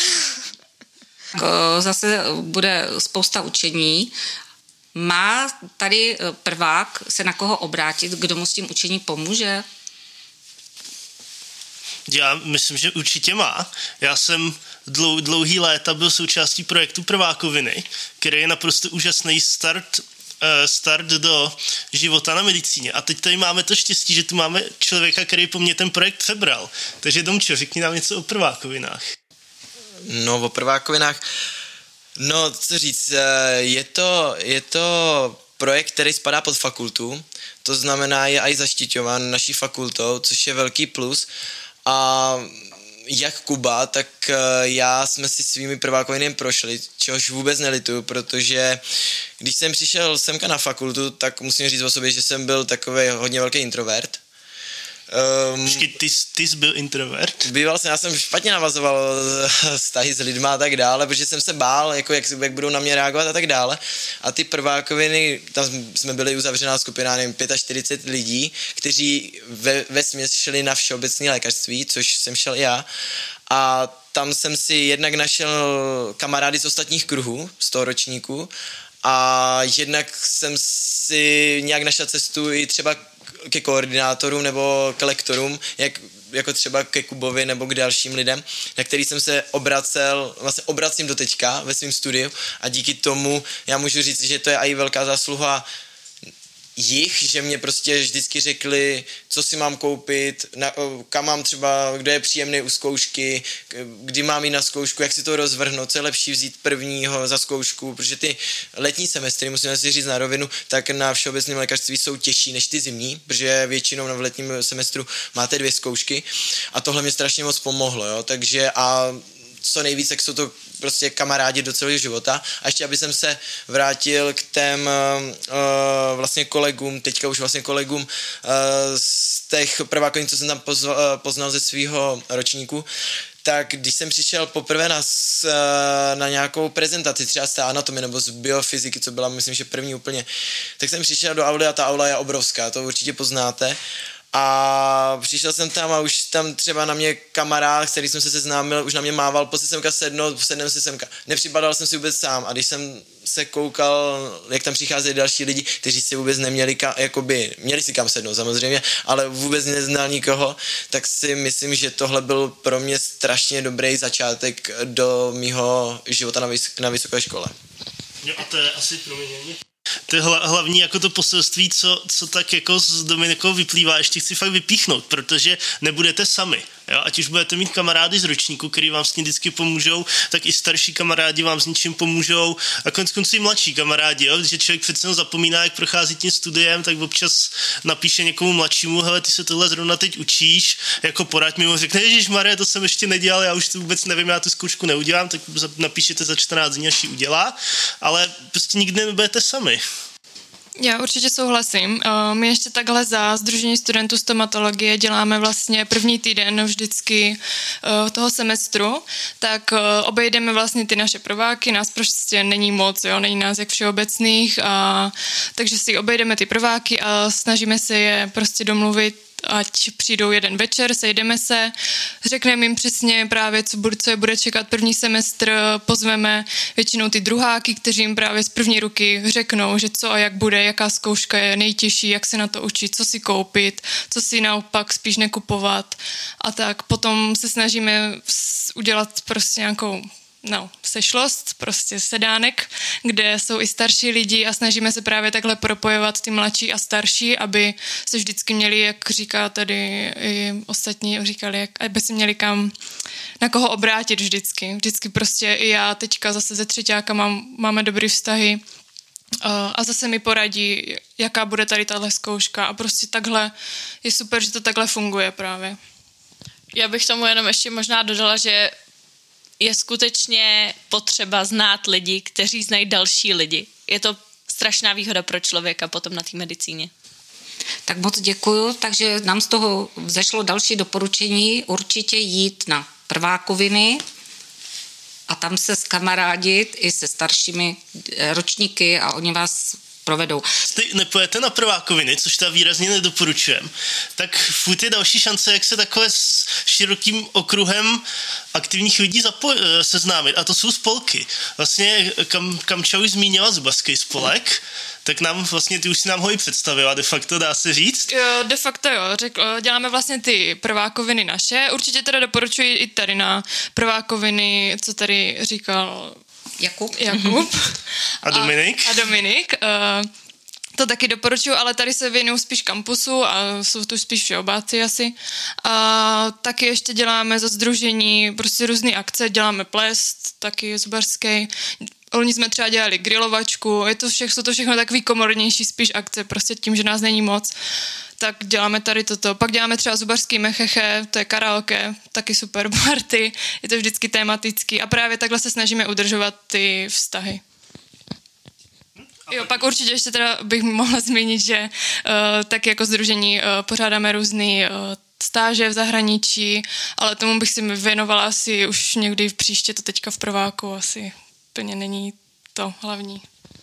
Zase bude spousta učení. Má tady prvák se na koho obrátit, kdo mu s tím učení pomůže? Já myslím, že určitě má. Já jsem dlou, dlouhý léta byl součástí projektu Prvákoviny, který je naprosto úžasný start start do života na medicíně. A teď tady máme to štěstí, že tu máme člověka, který po mně ten projekt přebral. Takže Domčo, řekni nám něco o prvákovinách. No, o prvákovinách, no, co říct, je to, je to projekt, který spadá pod fakultu, to znamená, je aj zaštiťován naší fakultou, což je velký plus a jak Kuba, tak já jsme si svými prvákovinami prošli, čehož vůbec nelituju, protože když jsem přišel semka na fakultu, tak musím říct o sobě, že jsem byl takový hodně velký introvert. Um, Počkej, ty, ty jsi byl introvert? Býval jsem, já jsem špatně navazoval vztahy s lidma a tak dále, protože jsem se bál, jako jak, jak budou na mě reagovat a tak dále. A ty prvákoviny, tam jsme byli uzavřená skupina, nevím, čtyřicet pět lidí, kteří ve, ve směs šli na všeobecné lékařství, což jsem šel i já. A tam jsem si jednak našel kamarády z ostatních kruhů, z toho ročníku, a jednak jsem si nějak našel cestu i třeba ke koordinátorům nebo k lektorům, jak, jako třeba ke Kubovi nebo k dalším lidem, na který jsem se obracel, vlastně obracím do teďka ve svém studiu a díky tomu já můžu říct, že to je i velká zásluha jich, že mě prostě vždycky řekli, co si mám koupit, na, kam mám třeba, kdo je příjemný u zkoušky, kdy mám jít na zkoušku, jak si to rozvrhnout, co je lepší vzít prvního za zkoušku, protože ty letní semestry, musíme si říct na rovinu, tak na všeobecném lékařství jsou těžší než ty zimní, protože většinou v letním semestru máte dvě zkoušky a tohle mě strašně moc pomohlo, jo, takže a co nejvíc, tak jsou to prostě kamarádi do celého života. A ještě, aby jsem se vrátil k těm uh, vlastně kolegům, teďka už vlastně kolegům uh, z těch prvákovin, co jsem tam pozval, uh, poznal ze svého ročníku, tak když jsem přišel poprvé na, na nějakou prezentaci, třeba z té anatomie nebo z biofyziky, co byla, myslím, že první úplně, tak jsem přišel do auly a ta aula je obrovská, to určitě poznáte. A přišel jsem tam a už tam třeba na mě kamarád, který jsem se seznámil, už na mě mával, pojď si semka sednout, sednem si semka. Nepřipadal jsem si vůbec sám a když jsem se koukal, jak tam přicházeli další lidi, kteří si vůbec neměli kam, jakoby, měli si kam sednout samozřejmě, ale vůbec neznal nikoho, tak si myslím, že tohle byl pro mě strašně dobrý začátek do mýho života na, vys- na vysoké škole. Jo, a to je asi, promiň, To je hla, hlavní jako to poselství, co, co tak jako z Dominikou vyplývá, ještě chci fakt vypíchnout, protože nebudete sami. Jo? Ať už budete mít kamarády z ročníku, který vám s tím vždycky pomůžou, tak i starší kamarádi vám s něčím pomůžou a konec konců i mladší kamarádi, jo? Když člověk přece zapomíná, jak prochází tím studiem, tak občas napíše někomu mladšímu, hele, ty se tohle zrovna teď učíš, jako poraď mi, řekne, ježišmarja, to jsem ještě nedělal, já už to vůbec nevím, já tu zkoušku neudělám, tak napíšete za čtrnáct dní, až ji udělá, ale prostě nikdy nebudete sami. Já určitě souhlasím. My ještě takhle za Sdružení studentů stomatologie děláme vlastně první týden vždycky toho semestru, tak obejdeme vlastně ty naše prváky, nás prostě není moc, jo, není nás jak všeobecných, a takže si obejdeme ty prváky a snažíme se je prostě domluvit, ať přijdou jeden večer, sejdeme se, řekneme jim přesně právě, co, bude, co je bude čekat první semestr, pozveme většinou ty druháky, kteří jim právě z první ruky řeknou, že co a jak bude, jaká zkouška je nejtěžší, jak se na to učit, co si koupit, co si naopak spíš nekupovat a tak. Potom se snažíme udělat prostě nějakou no, sešlost, prostě sedánek, kde jsou i starší lidi a snažíme se právě takhle propojovat ty mladší a starší, aby se vždycky měli, jak říká tady i ostatní, říkali, jak, aby se měli kam, na koho obrátit vždycky. Vždycky prostě i já teďka zase ze třeťáka mám, máme dobrý vztahy a zase mi poradí, jaká bude tady tahle zkouška a prostě takhle je super, že to takhle funguje právě. Já bych tomu jenom ještě možná dodala, že je skutečně potřeba znát lidi, kteří znají další lidi. Je to strašná výhoda pro člověka potom na té medicíně. Tak moc děkuju, takže nám z toho vzešlo další doporučení, určitě jít na prvákoviny a tam se skamarádit i se staršími ročníky a oni vás provedou. Jestli nepojete na prvákoviny, což ta výrazně nedoporučujem, tak furt je další šance, jak se takhle s širokým okruhem aktivních lidí zapo- seznámit. A to jsou spolky. Vlastně kam, Kamča už zmínila zubařský spolek, tak nám vlastně, ty už si nám ho i představila, de facto dá se říct. Jo, de facto jo, Řek, děláme vlastně ty prvákoviny naše. Určitě teda doporučuji i tady na prvákoviny, co tady říkal Jakub. Jakub. A Dominik. A, a Dominik. Uh, to taky doporučuji, ale tady se věnuju spíš kampusu a jsou tu spíš všeobáci asi. A taky ještě děláme za sdružení prostě různé akce, děláme ples, taky zubařský. Loni jsme třeba dělali grilovačku, je to všechno, jsou to všechno takový komornější spíš akce, prostě tím, že nás není moc. Tak děláme tady toto. Pak děláme třeba zubařský mecheche, to je karaoke, taky super party, je to vždycky tematický a právě takhle se snažíme udržovat ty vztahy. Jo, pak určitě ještě teda bych mohla zmínit, že uh, taky jako sdružení uh, pořádáme různý uh, stáže v zahraničí, ale tomu bych si věnovala asi už někdy v příště, to teďka v prváku asi úplně není to hlavní.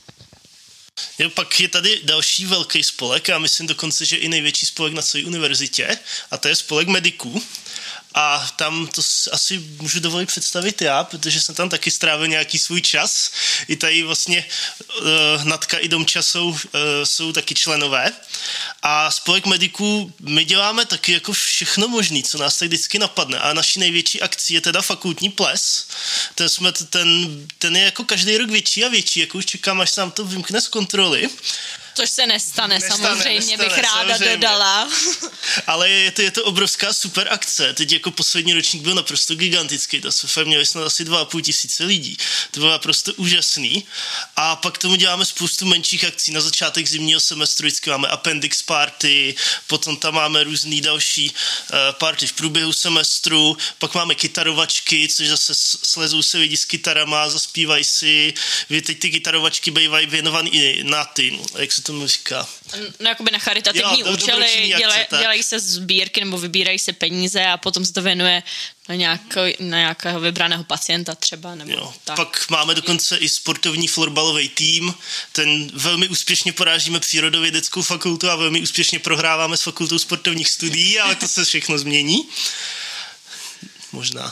Jo, pak je tady další velký spolek, a myslím dokonce, že i největší spolek na celé univerzitě, a to je spolek mediků. A tam to asi můžu dovolit představit já, protože jsem tam taky strávil nějaký svůj čas. I tady vlastně uh, Natka i Domča jsou, uh, jsou taky členové. A spolek mediků my děláme taky jako všechno možné, co nás tak vždycky napadne. A naší největší akcí je teda fakultní ples. Ten, jsme, ten, ten je jako každý rok větší a větší, jako už čekám, až se nám to vymkne z kontroly. Což se nestane, nestane samozřejmě, nestane, bych ráda samozřejmě. dodala. Ale je to, je to obrovská super akce. Teď jako poslední ročník byl naprosto gigantický. To jsme měli snad asi dva a půl tisíce lidí. To bylo naprosto úžasný. A pak tomu děláme spoustu menších akcí. Na začátek zimního semestru vždycky máme appendix party, potom tam máme různý další uh, party v průběhu semestru, pak máme kytarovačky, což zase slezou se lidi s kytarama, zaspívají si. Teď ty kytarovačky bývají věnovaný i na ty, jak se tomu říká. No, jakoby na charitativní jo, účely, akce, dělaj, dělají se sbírky nebo vybírají se peníze a potom se to věnuje na, nějakou, na nějakého vybraného pacienta třeba. Nebo jo, tak. Pak máme dokonce i sportovní florbalový tým, ten velmi úspěšně porážíme přírodovědeckou fakultu a velmi úspěšně prohráváme s fakultou sportovních studií, ale to se všechno změní. Možná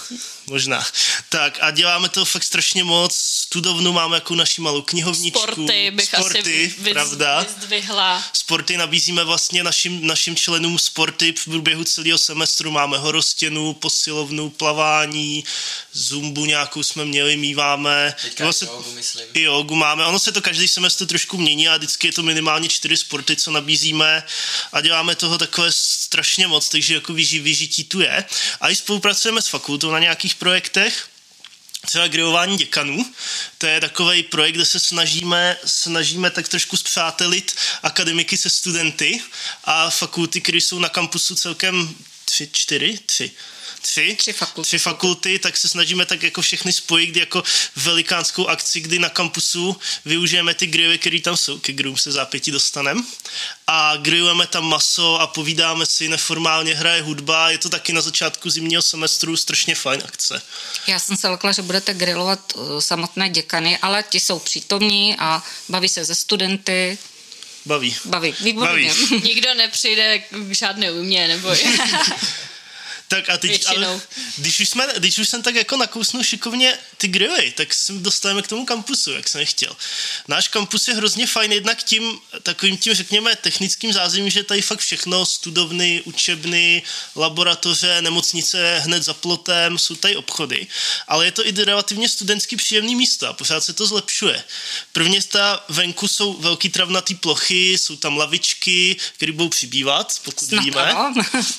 možná. Tak a děláme to fakt strašně moc. Studovnu máme jako naši malou knihovničku. Sporty bych sporty, asi vyz, pravda. vyzdvihla. Sporty nabízíme vlastně našim, našim členům sporty v průběhu celého semestru. Máme horostěnu, posilovnu, plavání, zumbu nějakou jsme měli, míváme. Teďka vlastně, jogu, myslím. I jogu máme. Ono se to každý semestr trošku mění a vždycky je to minimálně čtyři sporty, co nabízíme a děláme toho takové strašně moc, takže jako vyži, vyžití tu je. A i spolupracujeme s fakultou na nějakých projektech, třeba grilování děkanů. To je takovej projekt, kde se snažíme, snažíme tak trošku spřátelit akademiky se studenty a fakulty, které jsou na kampusu celkem tři, čtyři, tři. Tři, tři, fakulty. tři fakulty, tak se snažíme tak jako všechny spojit jako velikánskou akci, kdy na kampusu využijeme ty grily, které tam jsou, ke grillům se zápěti dostanem a grillujeme tam maso a povídáme si, neformálně hraje hudba, je to taky na začátku zimního semestru strašně fajn akce. Já jsem se lekla, že budete grillovat uh, samotné děkany, ale ti jsou přítomní a baví se ze studenty. Baví. Baví, výborně. Baví. Nikdo nepřijde k žádné újmě, nebo Tak a teď, ale, když, už jsme, když už jsem tak jako nakousnul šikovně ty grily, tak se dostáváme k tomu kampusu, jak jsem chtěl. Náš kampus je hrozně fajn jednak tím, takovým tím, řekněme, technickým zázemím, že tady fakt všechno, studovny, učebny, laboratoře, nemocnice hned za plotem, jsou tady obchody, ale je to i relativně studentský příjemný místo a pořád se to zlepšuje. Prvně ta venku jsou velký travnatý plochy, jsou tam lavičky, které budou přibývat, pokud Snad víme. Ano.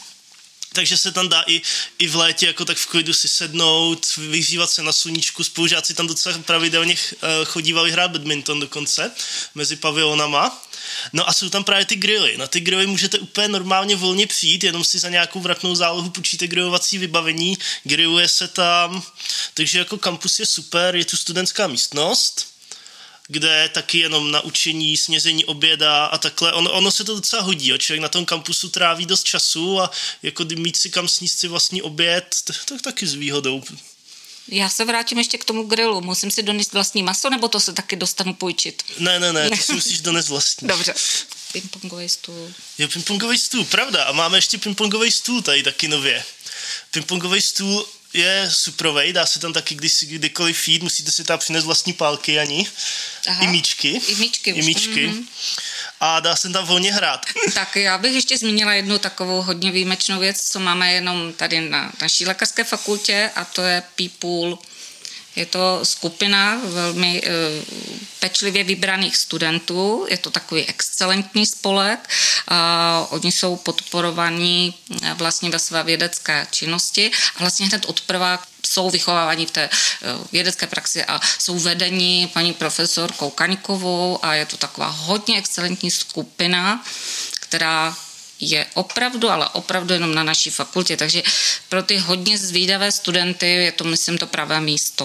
Takže se tam dá i, i v létě jako tak v klidu si sednout, vyhřívat se na sluníčku. Spolužáci tam docela pravidelně chodívali hrát badminton dokonce mezi pavilonama. No a jsou tam právě ty grily. Na ty grily můžete úplně normálně volně přijít, jenom si za nějakou vratnou zálohu půjčíte grilovací vybavení, grilluje se tam. Takže jako kampus je super, je tu studentská místnost, kde taky jenom na učení, snězení oběda a takhle. Ono, ono se to docela hodí, jo. Člověk na tom kampusu tráví dost času a jako mít si kam sníst si vlastní oběd, tak taky s výhodou. Já se vrátím ještě k tomu grilu. Musím si donést vlastní maso, nebo to se taky dostanu půjčit? Ne, ne, ne, ty si musíš donést vlastní. Dobře. Pingpongový stůl. Jo, pingpongový stůl, pravda. A máme ještě pingpongový stůl tady taky nově. Pingpongový stůl je suprovej, dá se tam taky když, kdykoliv jít, musíte si tam přinést vlastní pálky ani. Aha. I míčky. I míčky. I míčky. Mm-hmm. A dá se tam volně hrát. Tak já bych ještě zmínila jednu takovou hodně výjimečnou věc, co máme jenom tady na naší lékařské fakultě, a to je P-Pool. Je to skupina velmi e, pečlivě vybraných studentů, je to takový excelentní spolek a oni jsou podporovaní vlastně ve své vědecké činnosti a vlastně hned od prvá jsou vychováváni v té vědecké praxi a jsou vedení paní profesorkou Kaňkovou a je to taková hodně excelentní skupina, která je opravdu, ale opravdu jenom na naší fakultě, takže pro ty hodně zvídavé studenty je to, myslím, to pravé místo.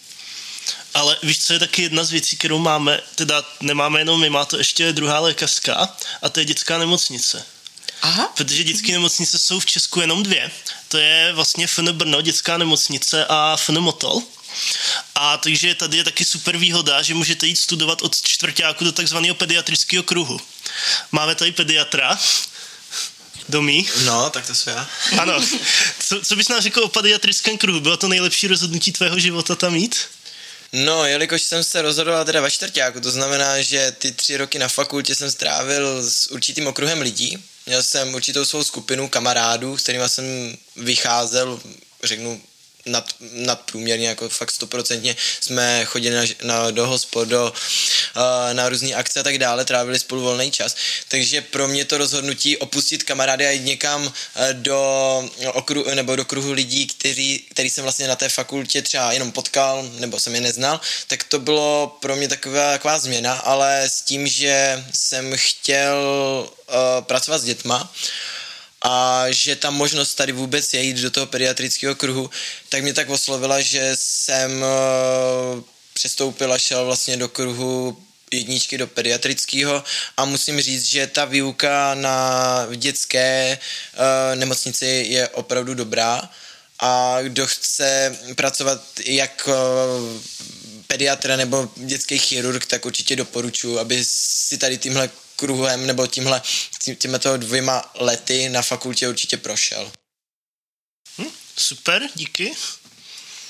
Ale víš, co je taky jedna z věcí, kterou máme, teda nemáme jenom my, má to ještě druhá lékařská, a to je dětská nemocnice. Aha. Protože dětské nemocnice jsou v Česku jenom dvě. To je vlastně F N Brno, dětská nemocnice, a F N Motol. A takže tady je taky super výhoda, že můžete jít studovat od čtvrťáku do takzvaného pediatrického kruhu. Máme tady pediatra, Domí. No, tak to jsem já. Ano. Co, co bys nám řekl o pediatrickém kruhu? Bylo to nejlepší rozhodnutí tvého života tam jít? No, jelikož jsem se rozhodoval teda ve čtvrťáku, to znamená, že ty tři roky na fakultě jsem strávil s určitým okruhem lidí. Měl jsem určitou svou skupinu kamarádů, s kterými jsem vycházel, řeknu, nad, nadprůměrně, jako fakt stoprocentně jsme chodili na, na, do hospod, do, uh, na různé akce a tak dále, trávili spolu volný čas, takže pro mě to rozhodnutí opustit kamarády a jít někam uh, do okruhu, nebo do kruhu lidí, kteří, který jsem vlastně na té fakultě třeba jenom potkal, nebo jsem je neznal, tak to bylo pro mě taková, taková změna, ale s tím, že jsem chtěl uh, pracovat s dětma, a že ta možnost tady vůbec je jít do toho pediatrického kruhu, tak mě tak oslovila, že jsem uh, přestoupil a šel vlastně do kruhu jedničky do pediatrického a musím říct, že ta výuka na dětské uh, nemocnici je opravdu dobrá a kdo chce pracovat jak uh, pediatra nebo dětský chirurg, tak určitě doporučuji, aby si tady tímhle kruhem nebo tímhle, těmito dvěma lety na fakultě určitě prošel. Hm, super, díky.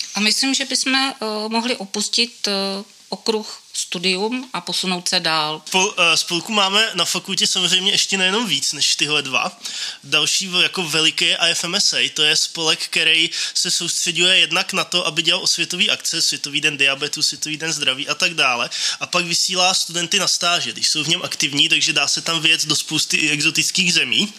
A myslím, že bychom uh, mohli opustit uh, okruh studium a posunout se dál. Spol, spolku máme na fakultě samozřejmě ještě nejenom víc než tyhle dva. Další jako veliký je I F M S A, to je spolek, který se soustředuje jednak na to, aby dělal osvětový akce, Světový den diabetu, Světový den zdraví a tak dále. A pak vysílá studenty na stáže, když jsou v něm aktivní, takže dá se tam vyjet do spousty exotických zemí.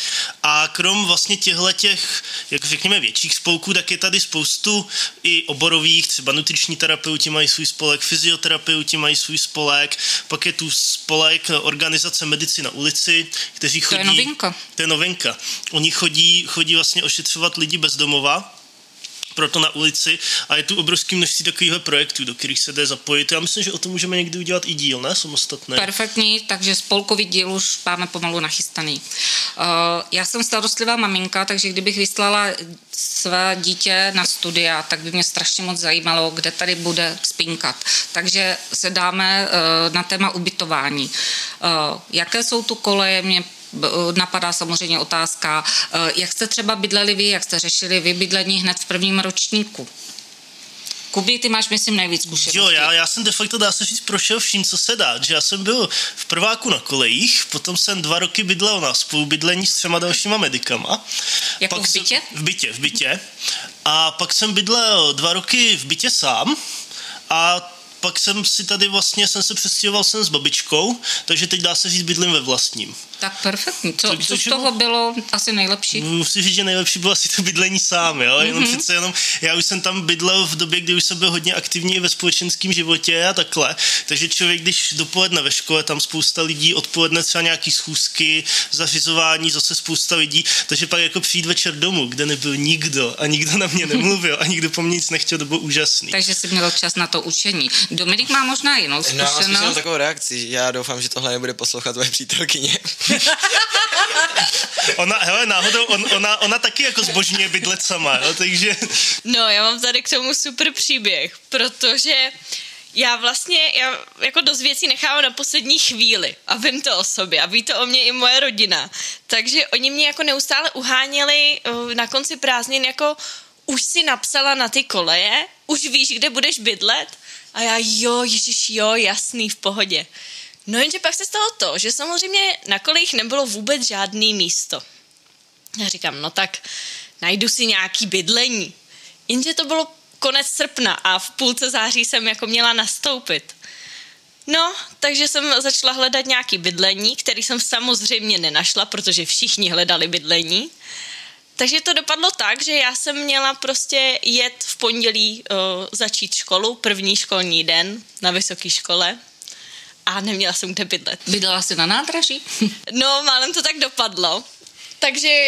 A krom vlastně těchhletěch, jak řekněme, větších spolků, tak je tady spoustu i oborových, třeba nutriční terapeuti mají svůj spolek, fyzioterapeuti mají svůj spolek, pak je tu spolek organizace Medici na ulici, kteří chodí... To je novinka. To je novinka. Oni chodí, chodí vlastně ošetřovat lidi bez domova, proto na ulici a je tu obrovské množství takovýchhle projektů, do kterých se jde zapojit. Já myslím, že o tom můžeme někdy udělat i díl, ne? Samostatné. Perfektní, takže spolkový díl už máme pomalu nachystaný. Uh, já jsem starostlivá maminka, takže kdybych vyslala své dítě na studia, tak by mě strašně moc zajímalo, kde tady bude spinkat. Takže se dáme uh, na téma ubytování. Uh, jaké jsou tu koleje, mě napadá samozřejmě otázka, jak jste třeba bydleli vy, jak jste řešili vy bydlení hned v prvním ročníku? Kubi, ty máš, myslím, nejvíc zkušeností. Jo, já, já jsem de facto, dá se říct, prošel vším, co se dá. Že já jsem byl v prváku na kolejích, potom jsem dva roky bydlel na spolubydlení s třema dalšíma medikama. Jako pak v bytě? Jsem, v bytě, v bytě. A pak jsem bydlel dva roky v bytě sám a pak jsem si tady vlastně, jsem se přestěhoval jsem s babičkou, takže teď dá se říct bydlím ve vlastním. Tak perfektní. Co, tak, co z toho bylo asi nejlepší? Musím říct, že nejlepší bylo asi to bydlení sám, jo? Jenom mm-hmm. přece jenom, já už jsem tam bydlel v době, kdy už jsem byl hodně aktivní ve společenském životě a takhle, takže člověk, když dopoledne ve škole, tam spousta lidí, odpoledne třeba nějaký schůzky, zařizování, zase spousta lidí, takže pak jako přijít večer domů, kde nebyl nikdo a nikdo na mě nemluvil a nikdo po mně nic nechtěl, to bylo úžasný. Takže jsi měl čas na to učení. Dominik má možná jinou zkušenost. No, mám takovou reakci, já doufám, že tohle nebude poslouchat tvoje přítelkyně. ona, hele, náhodou, on, ona, ona taky jako zbožňuje bydlet sama, jo, takže... No, já mám tady k tomu super příběh, protože já vlastně, já jako dost věcí nechávám na poslední chvíli a vím to o sobě a ví to o mě i moje rodina. Takže oni mě jako neustále uháněli na konci prázdnin jako už si napsala na ty koleje, už víš, kde budeš bydlet? A já jo, ježiš, jo, jasný, v pohodě. No jenže pak se stalo to, že samozřejmě na kolejích nebylo vůbec žádný místo. Já říkám, no tak najdu si nějaký bydlení. Jenže to bylo konec srpna a v půlce září jsem jako měla nastoupit. No, takže jsem začala hledat nějaký bydlení, který jsem samozřejmě nenašla, protože všichni hledali bydlení. Takže to dopadlo tak, že já jsem měla prostě jet v pondělí uh, začít školu, první školní den na vysoké škole a neměla jsem kde bydlet. Bydlela jsi na nádraží? No, málem to tak dopadlo. Takže,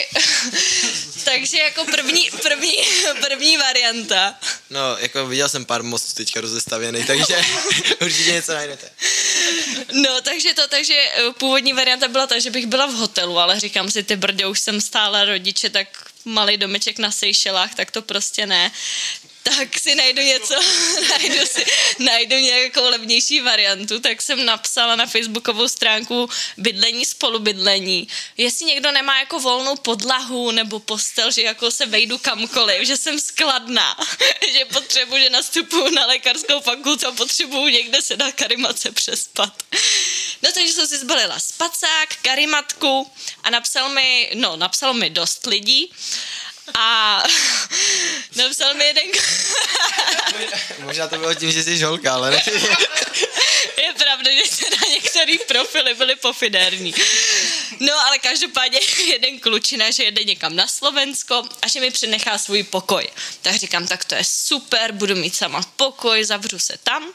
takže jako první, první, první varianta. No, jako viděl jsem pár mostů teďka rozestavěný, takže určitě něco najdete. No, takže to, takže původní varianta byla ta, že bych byla v hotelu, ale říkám si, ty brdě, už jsem stála rodiče, tak malý domeček na Seychelách, tak to prostě ne. Tak si najdu něco, najdu, si, najdu nějakou levnější variantu, tak jsem napsala na facebookovou stránku bydlení, spolubydlení. Jestli někdo nemá jako volnou podlahu nebo postel, že jako se vejdu kamkoliv, že jsem skladná, že potřebuji, že nastupuju na lékařskou fakultu a potřebuju někde se na karimatce přespat. No takže jsem si zbalila spacák, karimatku a napsal mi, no napsal mi dost lidí. A napsal mi jeden... Možná to bylo tím, že jsi žolka, ale ne. Je pravda, že teda některý profily byly pofidérní. No ale každopádně jeden klučina, že jede někam na Slovensko a že mi přenechá svůj pokoj. Tak říkám, tak to je super, budu mít sama pokoj, zavřu se tam.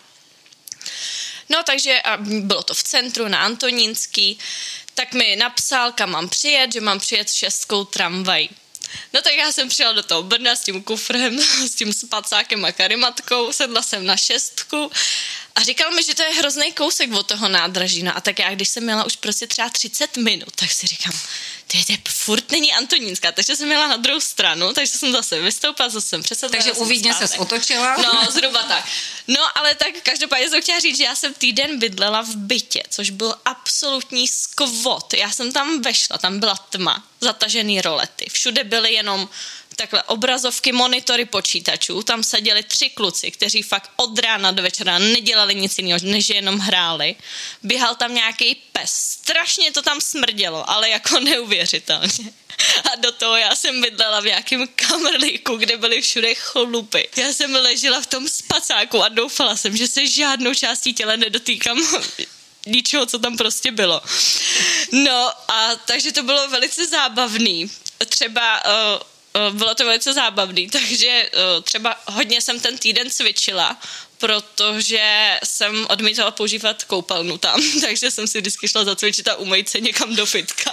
No takže a bylo to v centru na Antonínský, tak mi napsal, kam mám přijet, že mám přijet šestkou tramvají. No tak já jsem přijela do toho Brna s tím kufrem, s tím spacákem a karimatkou, sedla jsem na šestku a říkal mi, že to je hrozný kousek od toho nádraží. No a tak já, když jsem měla už prostě třeba třicet minut, tak si říkám, ty, ty furt není Antonínská, takže jsem měla na druhou stranu, takže jsem zase vystoupila, zase jsem přesedla. Takže u Vídně ses otočila. No, zhruba tak. No, ale tak každopádně jsem chtěla říct, že já jsem týden bydlela v bytě, což byl absolutní skvot. Já jsem tam vešla, tam byla tma, zatažený rolety, všude byl byly jenom takhle obrazovky, monitory počítačů, tam seděli tři kluci, kteří fakt od rána do večera nedělali nic jiného, než jenom hráli. Běhal tam nějaký pes, strašně to tam smrdělo, ale jako neuvěřitelně. A do toho já jsem bydlela v nějakém kamrlíku, kde byly všude chlupy. Já jsem ležela v tom spacáku a doufala jsem, že se žádnou částí těla nedotýkám ničeho, co tam prostě bylo. No a takže to bylo velice zábavný. Třeba uh, uh, bylo to velice zábavný, takže uh, třeba hodně jsem ten týden cvičila, protože jsem odmítala používat koupelnu tam, takže jsem si vždycky šla zacvičit a umýt se někam do fitka.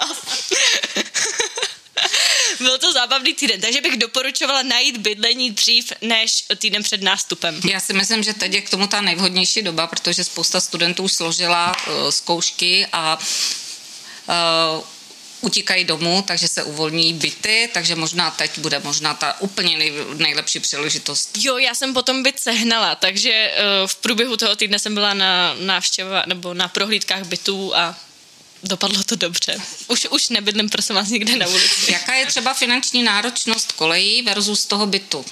Byl to zábavný týden, takže bych doporučovala najít bydlení dřív než týden před nástupem. Já si myslím, že teď je k tomu ta nejvhodnější doba, protože spousta studentů složila uh, zkoušky a uh, utíkají domů, takže se uvolní byty, takže možná teď bude možná ta úplně nej, nejlepší příležitost. Jo, já jsem potom byt sehnala, takže uh, v průběhu toho týdne jsem byla na návštěva nebo na prohlídkách bytů a dopadlo to dobře. Už, už nebydlím, prosím vás, nikde na ulici. Jaká je třeba finanční náročnost kolejí versus toho bytu?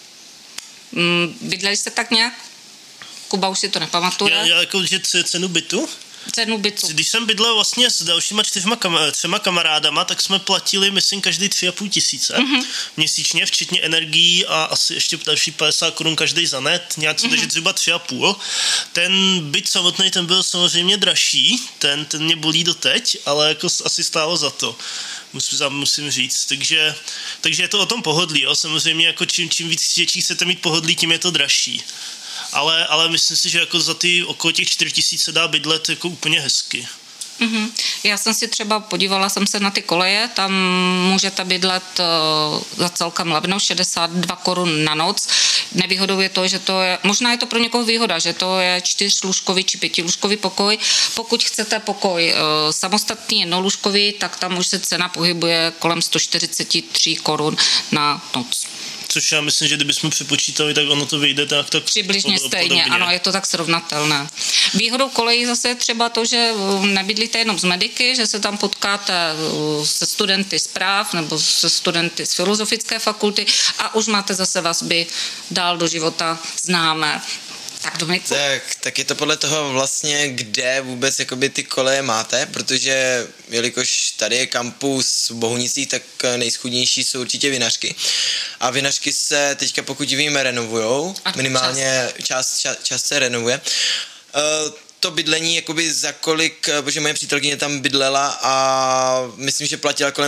Bydleli jste tak nějak? Kuba už si to nepamatuje. Já, já jako, že cenu bytu? Cenu bytu. Když jsem bydlel vlastně s dalšíma čtyřma kam- třema kamarádama, tak jsme platili, myslím, každý tři a půl tisíce mm-hmm. měsíčně, včetně energií a asi ještě další padesát korun každý za net, nějak mm-hmm. takže třeba tři a půl. Ten byt samotný, ten byl samozřejmě dražší, ten, ten mě bolí doteď, ale jako asi stálo za to. Musím, musím říct, takže, takže je to o tom pohodlí, jo? Samozřejmě jako čím, čím víc dětí chcete mít pohodlí, tím je to dražší. Ale, ale myslím si, že jako za ty okolo těch čtyři tisíc se dá bydlet jako úplně hezky. Mm-hmm. Já jsem si třeba podívala jsem se na ty koleje, tam můžete bydlet uh, za celkem levno, šedesát dva korun na noc. Nevýhodou je to, že to je, možná je to pro někoho výhoda, že to je čtyřlůžkový či pětilůžkový pokoj. Pokud chcete pokoj uh, samostatný jednolůžkový, tak tam už se cena pohybuje kolem sto čtyřicet tři korun na noc. Což já myslím, že kdybychom přepočítali, tak ono to vyjde tak, tak přibližně pod, stejně, podobně. Ano, je to tak srovnatelné. Výhodou kolejí zase je třeba to, že nebydlíte jenom z mediky, že se tam potkáte se studenty z práv nebo se studenty z filozofické fakulty a už máte zase vazby dál do života známé. Tak, Dominiku? Tak, tak je to podle toho vlastně, kde vůbec jakoby ty koleje máte, protože jelikož tady je kampus v Bohunicích, tak nejschudnější jsou určitě Vinařky. A Vinařky se teďka, pokud víme, renovujou, a minimálně část, část, část se renovuje. Uh, to bydlení, jakoby za kolik, protože moje přítelkyně tam bydlela a myslím, že platila kolem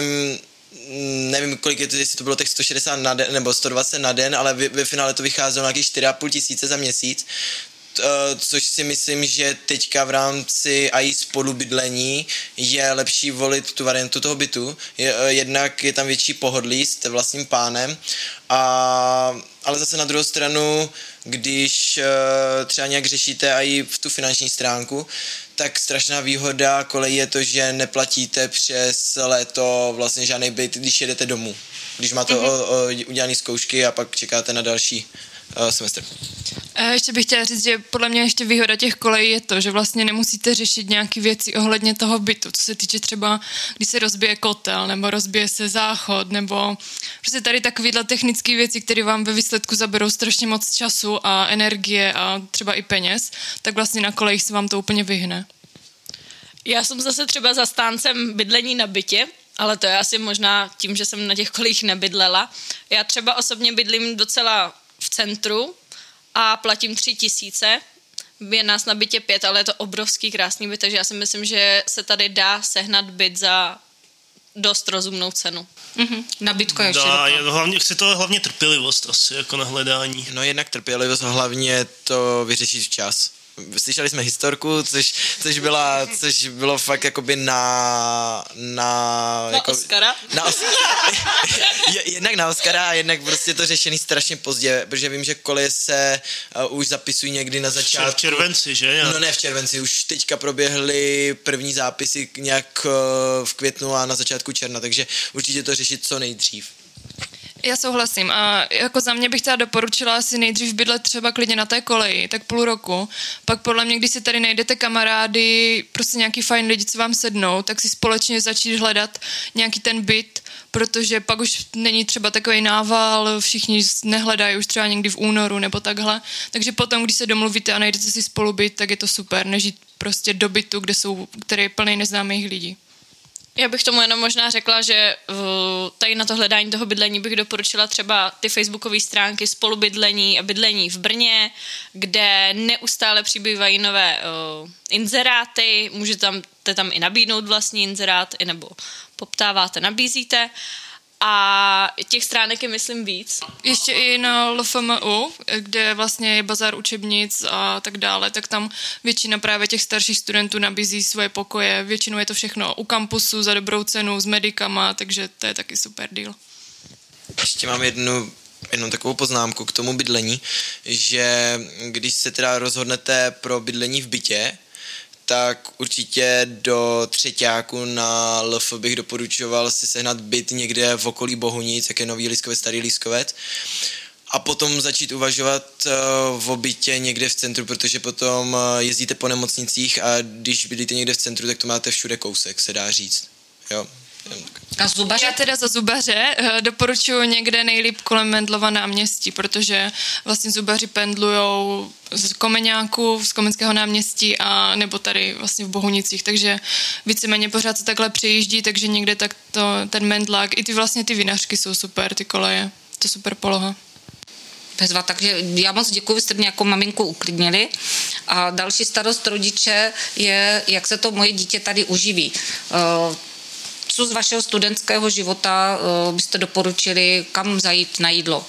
nevím, kolik je to, jestli to bylo tak sto šedesát na den, nebo sto dvacet na den, ale ve finále to vycházelo nějakých čtyři a půl tisíce za měsíc, což si myslím, že teďka v rámci a i spolubydlení je lepší volit tu variantu toho bytu. Jednak je tam větší pohodlí, jste vlastním pánem, a, ale zase na druhou stranu, když třeba nějak řešíte i v tu finanční stránku, tak strašná výhoda kolejí je to, že neplatíte přes léto vlastně žádný byt, když jedete domů. Když máte mm-hmm. o, o, udělané zkoušky a pak čekáte na další uh, semestr. Ještě bych chtěla říct, že podle mě ještě výhoda těch kolejí je to, že vlastně nemusíte řešit nějaké věci ohledně toho bytu, co se týče třeba, když se rozbije kotel, nebo rozbije se záchod, nebo prostě tady takovýhle technické věci, které vám ve výsledku zaberou strašně moc času a energie a třeba i peněz, tak vlastně na kolejích se vám to úplně vyhne. Já jsem zase třeba zastáncem bydlení na bytě, ale to je asi možná tím, že jsem na těch kolejích nebydlela. Já třeba osobně bydlím docela v centru a platím tři tisíce. Je nás na bytě pět, ale je to obrovský krásný byt, takže já si myslím, že se tady dá sehnat byt za dost rozumnou cenu. Mm-hmm. Nabídka je široká. Hlavně, chce to hlavně trpělivost asi, jako na hledání. No jednak trpělivost, hlavně to vyřešit včas. Slyšeli jsme historku, což, což, byla, což bylo fakt jakoby na... Na, na jako, Oscara? Na os, jednak na Oscara a jednak prostě to řešený strašně pozdě, protože vím, že koleje se uh, už zapisují někdy na začátku. V červenci, že? Já. No ne v červenci, už teďka proběhly první zápisy nějak uh, v květnu a na začátku června, takže určitě to řešit co nejdřív. Já souhlasím a jako za mě bych teda doporučila asi nejdřív bydlet třeba klidně na té koleji, tak půl roku. Pak podle mě, když si tady najdete kamarády, prostě nějaký fajn lidi, co vám sednou, tak si společně začít hledat nějaký ten byt, protože pak už není třeba takový nával, všichni nehledají už třeba někdy v únoru nebo takhle. Takže potom, když se domluvíte a najdete si spolu byt, tak je to super, než jít prostě do bytu, kde jsou, který je plný neznámých lidí. Já bych tomu jenom možná řekla, že uh, tady na to hledání toho bydlení bych doporučila třeba ty facebookové stránky spolubydlení a bydlení v Brně, kde neustále přibývají nové uh, inzeráty, můžete tam, tam i nabídnout vlastní inzerát, i nebo poptáváte, nabízíte. A těch stránek je, myslím, víc. Ještě i na L F M U, kde vlastně je bazár učebnic a tak dále, tak tam většina právě těch starších studentů nabízí svoje pokoje. Většinou je to všechno u kampusu za dobrou cenu, s medikama, takže to je taky super deal. Ještě mám jednu, jednu takovou poznámku k tomu bydlení, že když se teda rozhodnete pro bydlení v bytě, tak určitě do třeťáku na L F bych doporučoval si sehnat byt někde v okolí Bohunic, jak je Nový Lískovec, Starý Lískovec, a potom začít uvažovat v bytě někde v centru, protože potom jezdíte po nemocnicích a když bydlíte někde v centru, tak to máte všude kousek, se dá říct. Jo. A zubaře? Já teda za zubaře doporučuji někde nejlíp kolem Mendlova náměstí, protože vlastně zubaři pendlujou z Komeňáku, z Komenského náměstí a nebo tady vlastně v Bohunicích, takže víceméně pořád se takhle přejíždí, takže někde tak to, ten Mendlák, i ty vlastně ty vinařky jsou super, ty koleje, to je super poloha. Bezva, takže já moc děkuji, jste mě jako maminku uklidnili. A další starost rodiče je, jak se to moje dítě tady uživí. Co z vašeho studentského života byste doporučili, kam zajít na jídlo?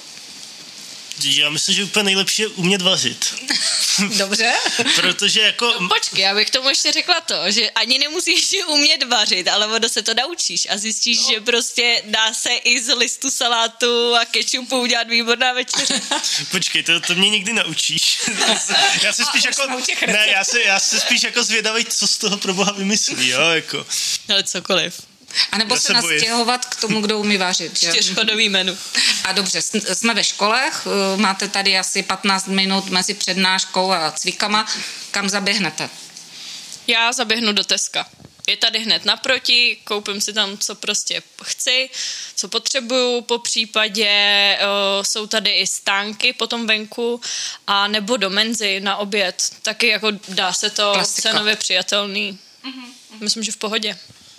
Já myslím, že úplně nejlepší je umět vařit. Dobře. Protože jako... No, počkej, já bych tomu ještě řekla to, že ani nemusíš umět vařit, ale ono se to naučíš a zjistíš, no. že prostě dá se i z listu salátu a kečupu udělat výborná večeře. Počkej, to, to mě nikdy naučíš. Já se spíš jako... Ne, já se, já se spíš jako zvědavej, co z toho pro boha vymyslí, jo, jako... Ale cokoliv. A nebo Já se se nastěhovat k tomu, kdo umí vařit. Čtyřchodový menu. A dobře, jsme ve školech, máte tady asi patnáct minut mezi přednáškou a cvikama. Kam zaběhnete? Já zaběhnu do Teska. Je tady hned naproti, koupím si tam, co prostě chci, co potřebuju, po případě o, jsou tady i stánky potom venku, a nebo do menzy na oběd. Taky jako dá se to Klasika. Cenově přijatelný. Mm-hmm. Myslím, že v pohodě.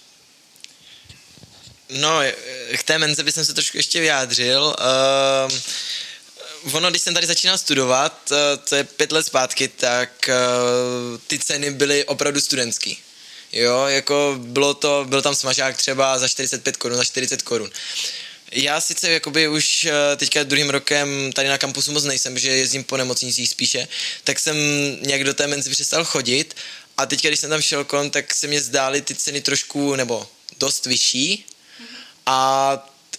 No, k té menze bych se trošku ještě vyjádřil. Uh, ono, když jsem tady začínal studovat, uh, to je pět let zpátky, tak uh, ty ceny byly opravdu studentský. Jo, jako bylo to, byl tam smažák třeba za čtyřicet pět korun, za čtyřicet korun. Já sice jakoby už teďka druhým rokem tady na kampusu moc nejsem, že jezdím po nemocnicích spíše, tak jsem nějak do té menzy přestal chodit a teďka, když jsem tam šel kolem, tak se mě zdály ty ceny trošku, nebo dost vyšší. A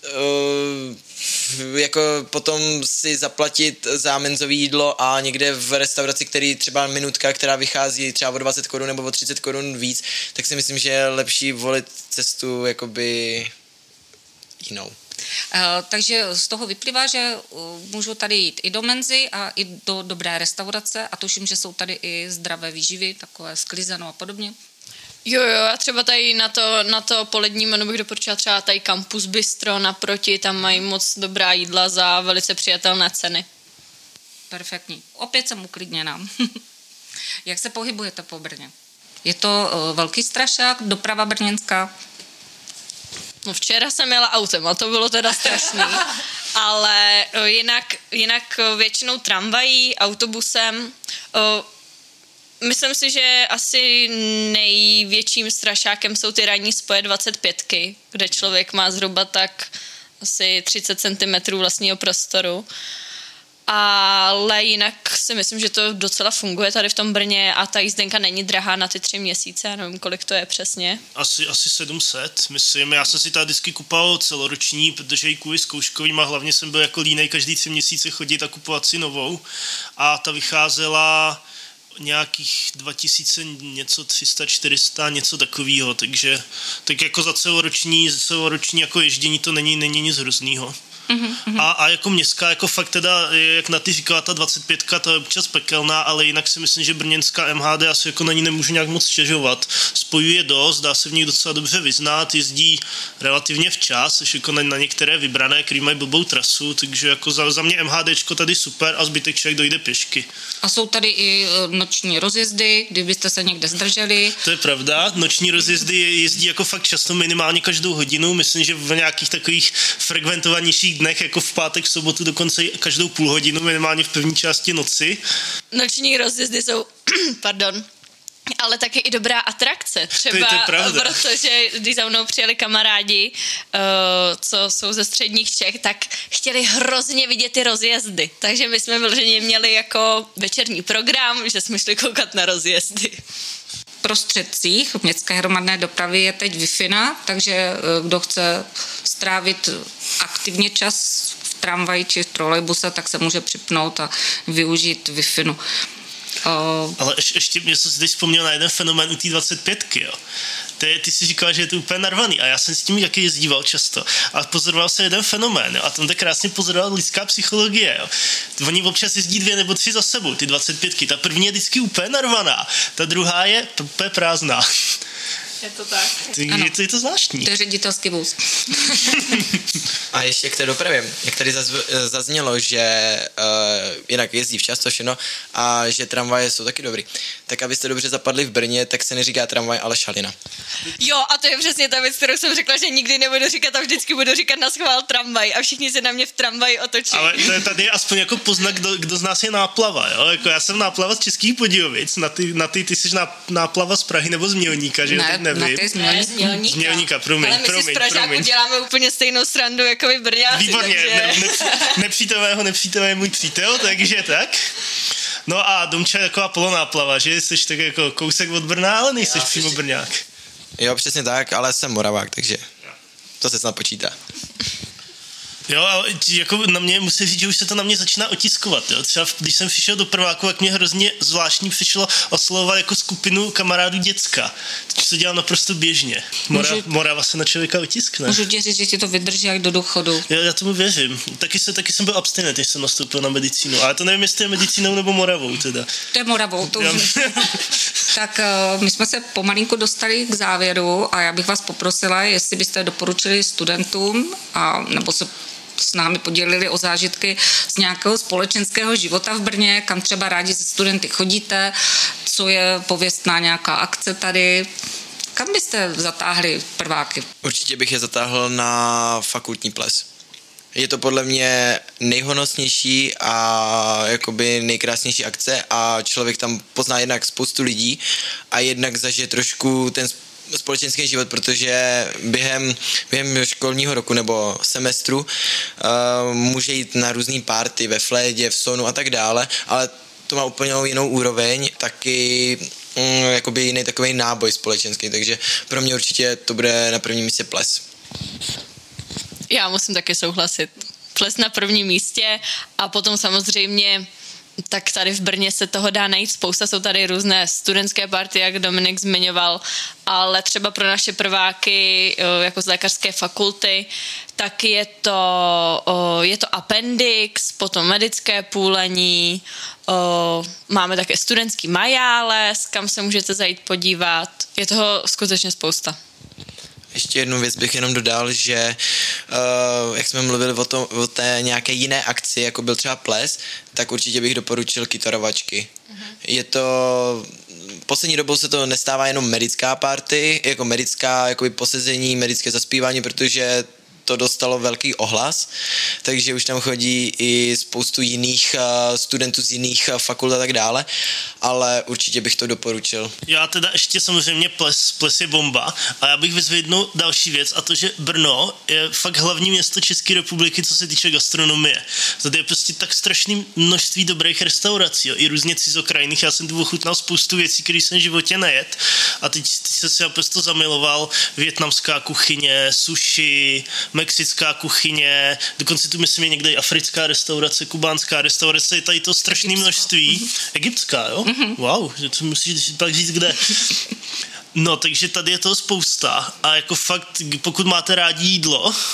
uh, jako potom si zaplatit za menzové jídlo a někde v restauraci, který třeba minutka, která vychází třeba o dvacet korun nebo o třicet korun víc, tak si myslím, že je lepší volit cestu jakoby jinou. Uh, takže z toho vyplývá, že uh, můžu tady jít i do menzy a i do dobré restaurace a tuším, že jsou tady i zdravé výživy, takové sklizeno a podobně. Jo, jo, a třeba tady na to, na to polední menu bych doporučila třeba tady Campus Bistro naproti, tam mají moc dobrá jídla za velice přijatelné ceny. Perfektní. Opět jsem uklidněná. Jak se pohybujete po Brně? Je to uh, velký strašák, doprava brněnská? No včera jsem jela autem a to bylo teda strašný, ale uh, jinak, jinak uh, většinou tramvají, autobusem. Uh, Myslím si, že asi největším strašákem jsou ty ranní spoje dvacet pětky, kde člověk má zhruba tak asi třicet centimetrů vlastního prostoru. Ale jinak si myslím, že to docela funguje tady v tom Brně a ta jízdenka není drahá na ty tři měsíce, já nevím, kolik to je přesně. Asi, asi sedm set, myslím. Já jsem si tady vždycky kupoval celoroční, protože i kvůli zkouškovým a hlavně jsem byl jako línej každý tři měsíce chodit a kupovat si novou. A ta vycházela nějakých dva tisíce něco, tři sta, čtyři sta, něco takového, takže tak jako za celoroční, celoroční jako ježdění to není, není nic hroznýho. Mm-hmm. A, a jako městská, jako fakt teda, jak na ty říkala ta dvacet pětka, to je občas pekelná, ale jinak si myslím, že brněnská M H D asi jako na ní nemůžu nějak moc stěžovat. Spojuje dost, dá se v nich docela dobře vyznat, jezdí relativně včas, až jako na, na některé vybrané, který mají blbou trasu, takže jako za, za mě MHDčko tady super a zbytek člověk dojde pěšky. A jsou tady i noční rozjezdy, kdybyste se někde zdrželi. To je pravda, noční rozjezdy jezdí jako fakt často, minimálně každou hodinu, myslím, že v nějakých takových frekventovanějších dnech, jako v pátek, v sobotu, dokonce každou půl hodinu, minimálně v první části noci. Noční rozjezdy jsou, pardon, ale taky i dobrá atrakce. Třeba, to je, to je protože když za mnou přijeli kamarádi, uh, co jsou ze středních Čech, tak chtěli hrozně vidět ty rozjezdy. Takže my jsme vyloženě měli jako večerní program, že jsme šli koukat na rozjezdy. V prostředcích městské hromadné dopravy je teď Wi-Fi, takže kdo chce strávit aktivně čas v tramvaji či v trolejbuse, tak se může připnout a využít Wi-Fi. Uh, Ale ještě, ještě mě jsem si teď vzpomněl na jeden fenomén u té dvacet pětky, jo. Ty, ty jsi říkala, že je to úplně narvaný a já jsem s tím jaký jezdíval často a pozoroval se jeden fenomén, jo, a tam tak krásně pozoroval lidská psychologie, jo. Oni občas jezdí dvě nebo tři za sebou, ty dvacet pětky, ta první je vždycky úplně narvaná, ta druhá je úplně prázdná. Je to tak. Takže to je to zvláštní. To je ředitelský vůz. A ještě k té dopravě, jak tady zazv- zaznělo, že uh, jinak jezdí včas to všechno a že tramvaje jsou taky dobrý. Tak abyste dobře zapadli v Brně, tak se neříká tramvaj, ale šalina. Jo, a to je přesně ta věc, kterou jsem řekla, že nikdy nebudu říkat a vždycky budu říkat na schvál tramvaj a všichni se na mě v tramvaji otočí. Ale to je tady aspoň jako poznak, kdo, kdo z nás je náplava, jo? Jako já jsem náplava z Českých Budějovic, na ty, na ty, ty jsi náplava z Prahy nebo z Mělníka, že? Ne, nevím. Na ty z Mělníka. Z Mělníka. Z Mělníka, promiň, ale my promiň, si z Pražáku promiň. děláme úplně stejnou srandu jako vy Brňáci. Výborně, takže... ne, nepří, nepřítelného nepřítel je můj přítel, takže tak. No a Domča je taková polonáplava, že jsi tak jako kousek od Brna, ale nejsi Já, přímo ještě... Brňák. Jo, přesně tak, ale jsem Moravák, takže to se snad počítá. Jo, ale jako na mě, musím říct, že už se to na mě začíná otiskovat, jo. Třeba když jsem přišel do prváku, tak mě hrozně zvláštní přišlo oslovovat jako skupinu kamarádů děcka. Což to dělám naprosto běžně. Mora, Můžu... Morava se na člověka otiskne. Můžu ti říct, že ti to vydrží jak do důchodu. Já, já tomu věřím. Taky, se, taky jsem byl abstinent, když jsem nastoupil na medicínu. Ale to nevím, jestli je medicínou nebo Moravou teda. To je Moravou. To už... Tak uh, my jsme se pomalinku dostali k závěru a já bych vás poprosila, jestli byste doporučili studentům a nebo se s námi podělili o zážitky z nějakého společenského života v Brně, kam třeba rádi se studenty chodíte, co je pověstná nějaká akce tady. Kam byste zatáhli prváky? Určitě bych je zatáhl na fakultní ples. Je to podle mě nejhonosnější a jakoby nejkrásnější akce a člověk tam pozná jednak spoustu lidí a jednak zažije trošku ten společenský život, protože během, během školního roku nebo semestru uh, může jít na různý party ve Flédě, v Sonu a tak dále, ale to má úplně jinou úroveň, taky um, jakoby jiný takový náboj společenský, takže pro mě určitě to bude na prvním místě ples. Já musím taky souhlasit. Ples na prvním místě a potom samozřejmě tak tady v Brně se toho dá najít spousta, jsou tady různé studentské party, jak Dominik zmiňoval, ale třeba pro naše prváky jako z lékařské fakulty, tak je to, je to appendix, potom medické půlení, máme také studentský majáles, kam se můžete zajít podívat, je toho skutečně spousta. Ještě jednu věc bych jenom dodal, že uh, jak jsme mluvili o, tom, o té nějaké jiné akci, jako byl třeba ples, tak určitě bych doporučil kytarovačky. Uh-huh. Je to, poslední dobou se to nestává jenom medická party, jako medická jakoby posezení, medické zaspívání, protože to dostalo velký ohlas, takže už tam chodí i spoustu jiných uh, studentů z jiných uh, fakult a tak dále, ale určitě bych to doporučil. Já teda ještě samozřejmě ples, ples je bomba a já bych vyzvednul další věc a to, že Brno je fakt hlavní město České republiky, co se týče gastronomie. Tady je prostě tak strašný množství dobrých restaurací, jo, i různě cizokrajných. Já jsem tu ochutnal spoustu věcí, které jsem v životě nejet a teď, teď jsem si naprosto zamiloval. Vietnamská kuchyně, sushi, mexická kuchyně, dokonce tu myslím je někde i africká restaurace, kubánská restaurace, je tady to strašné množství. Egyptská, jo? Mm-hmm. Wow, že to musíš pak říct kde. No, takže tady je toho spousta a jako fakt, pokud máte rádi jídlo,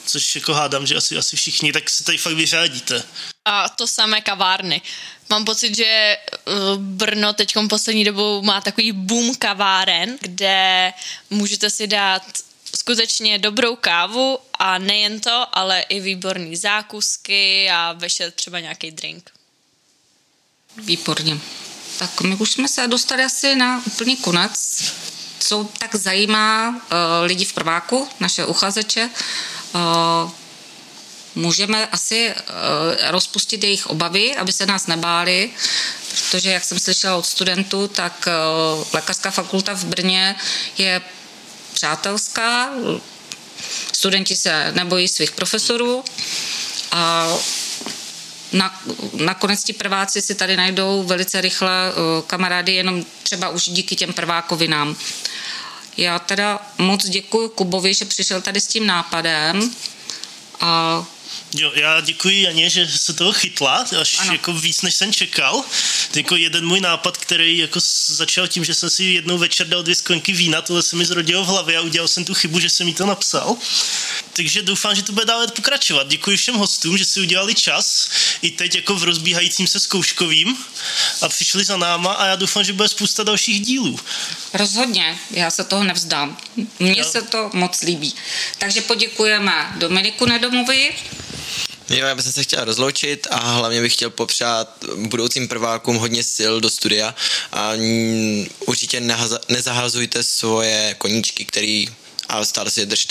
což jako hádám, že asi, asi všichni, tak se tady fakt vyřádíte. A to samé kavárny. Mám pocit, že Brno teďkom poslední dobou má takový boom kaváren, kde můžete si dát skutečně dobrou kávu a nejen to, ale i výborný zákusky a večer třeba nějaký drink. Výborně. Tak my už jsme se dostali asi na úplný konec. Co tak zajímá uh, lidi v prváku, naše uchazeče, uh, můžeme asi uh, rozpustit jejich obavy, aby se nás nebáli, protože, jak jsem slyšela od studentů, tak uh, lékařská fakulta v Brně je přátelská, studenti se nebojí svých profesorů a na, nakonec ti prváci si tady najdou velice rychle uh, kamarády, jenom třeba už díky těm prvákovinám. Já teda moc děkuji Kubovi, že přišel tady s tím nápadem a Jo, já děkuji Janě, že se toho chytla, až ano. Jako víc, než jsem čekal. To jako jeden můj nápad, který jako začal tím, že jsem si jednou večer dal dvě sklenky vína, tohle se mi zrodilo v hlavě a udělal jsem tu chybu, že jsem jí to napsal. Takže doufám, že to bude dále pokračovat. Děkuji všem hostům, že si udělali čas i teď jako v rozbíhajícím se zkouškovým a přišli za náma a já doufám, že bude spousta dalších dílů. Rozhodně, já se toho nevzdám. Mně se to moc líbí. Takže poděkujeme Dominiku Nedomovi. Jo, já bych se chtěl rozloučit a hlavně bych chtěl popřát budoucím prvákům hodně sil do studia a určitě nehaza, nezahazujte svoje koníčky, který ale stále si je držte.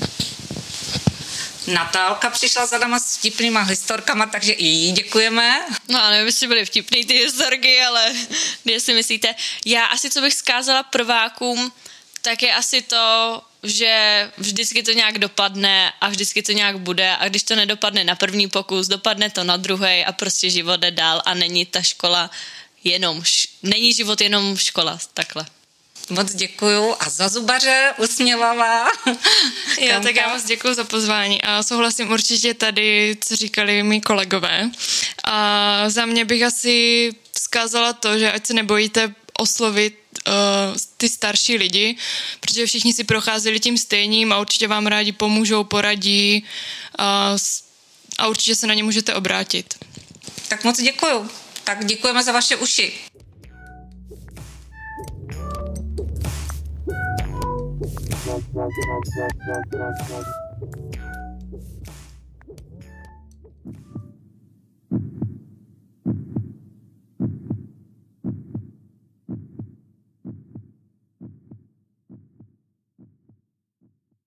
Natálka přišla za náma s vtipnýma historkama, takže i jí děkujeme. No a nevím, jestli byly vtipný ty historky, ale jestli myslíte. Já asi, co bych zkázala prvákům, tak je asi to, že vždycky to nějak dopadne a vždycky to nějak bude a když to nedopadne na první pokus, dopadne to na druhý a prostě život jde dál a není ta škola jenom, není život jenom škola, takhle. Moc děkuju a za zubaře usměvavá. Já tak já moc děkuju za pozvání a souhlasím určitě tady, co říkali mý kolegové. A za mě bych asi vzkázala to, že ať se nebojíte oslovit uh, ty starší lidi, protože všichni si procházeli tím stejným a určitě vám rádi pomůžou, poradí a, a určitě se na ně můžete obrátit. Tak moc děkuju. Tak děkujeme za vaše uši.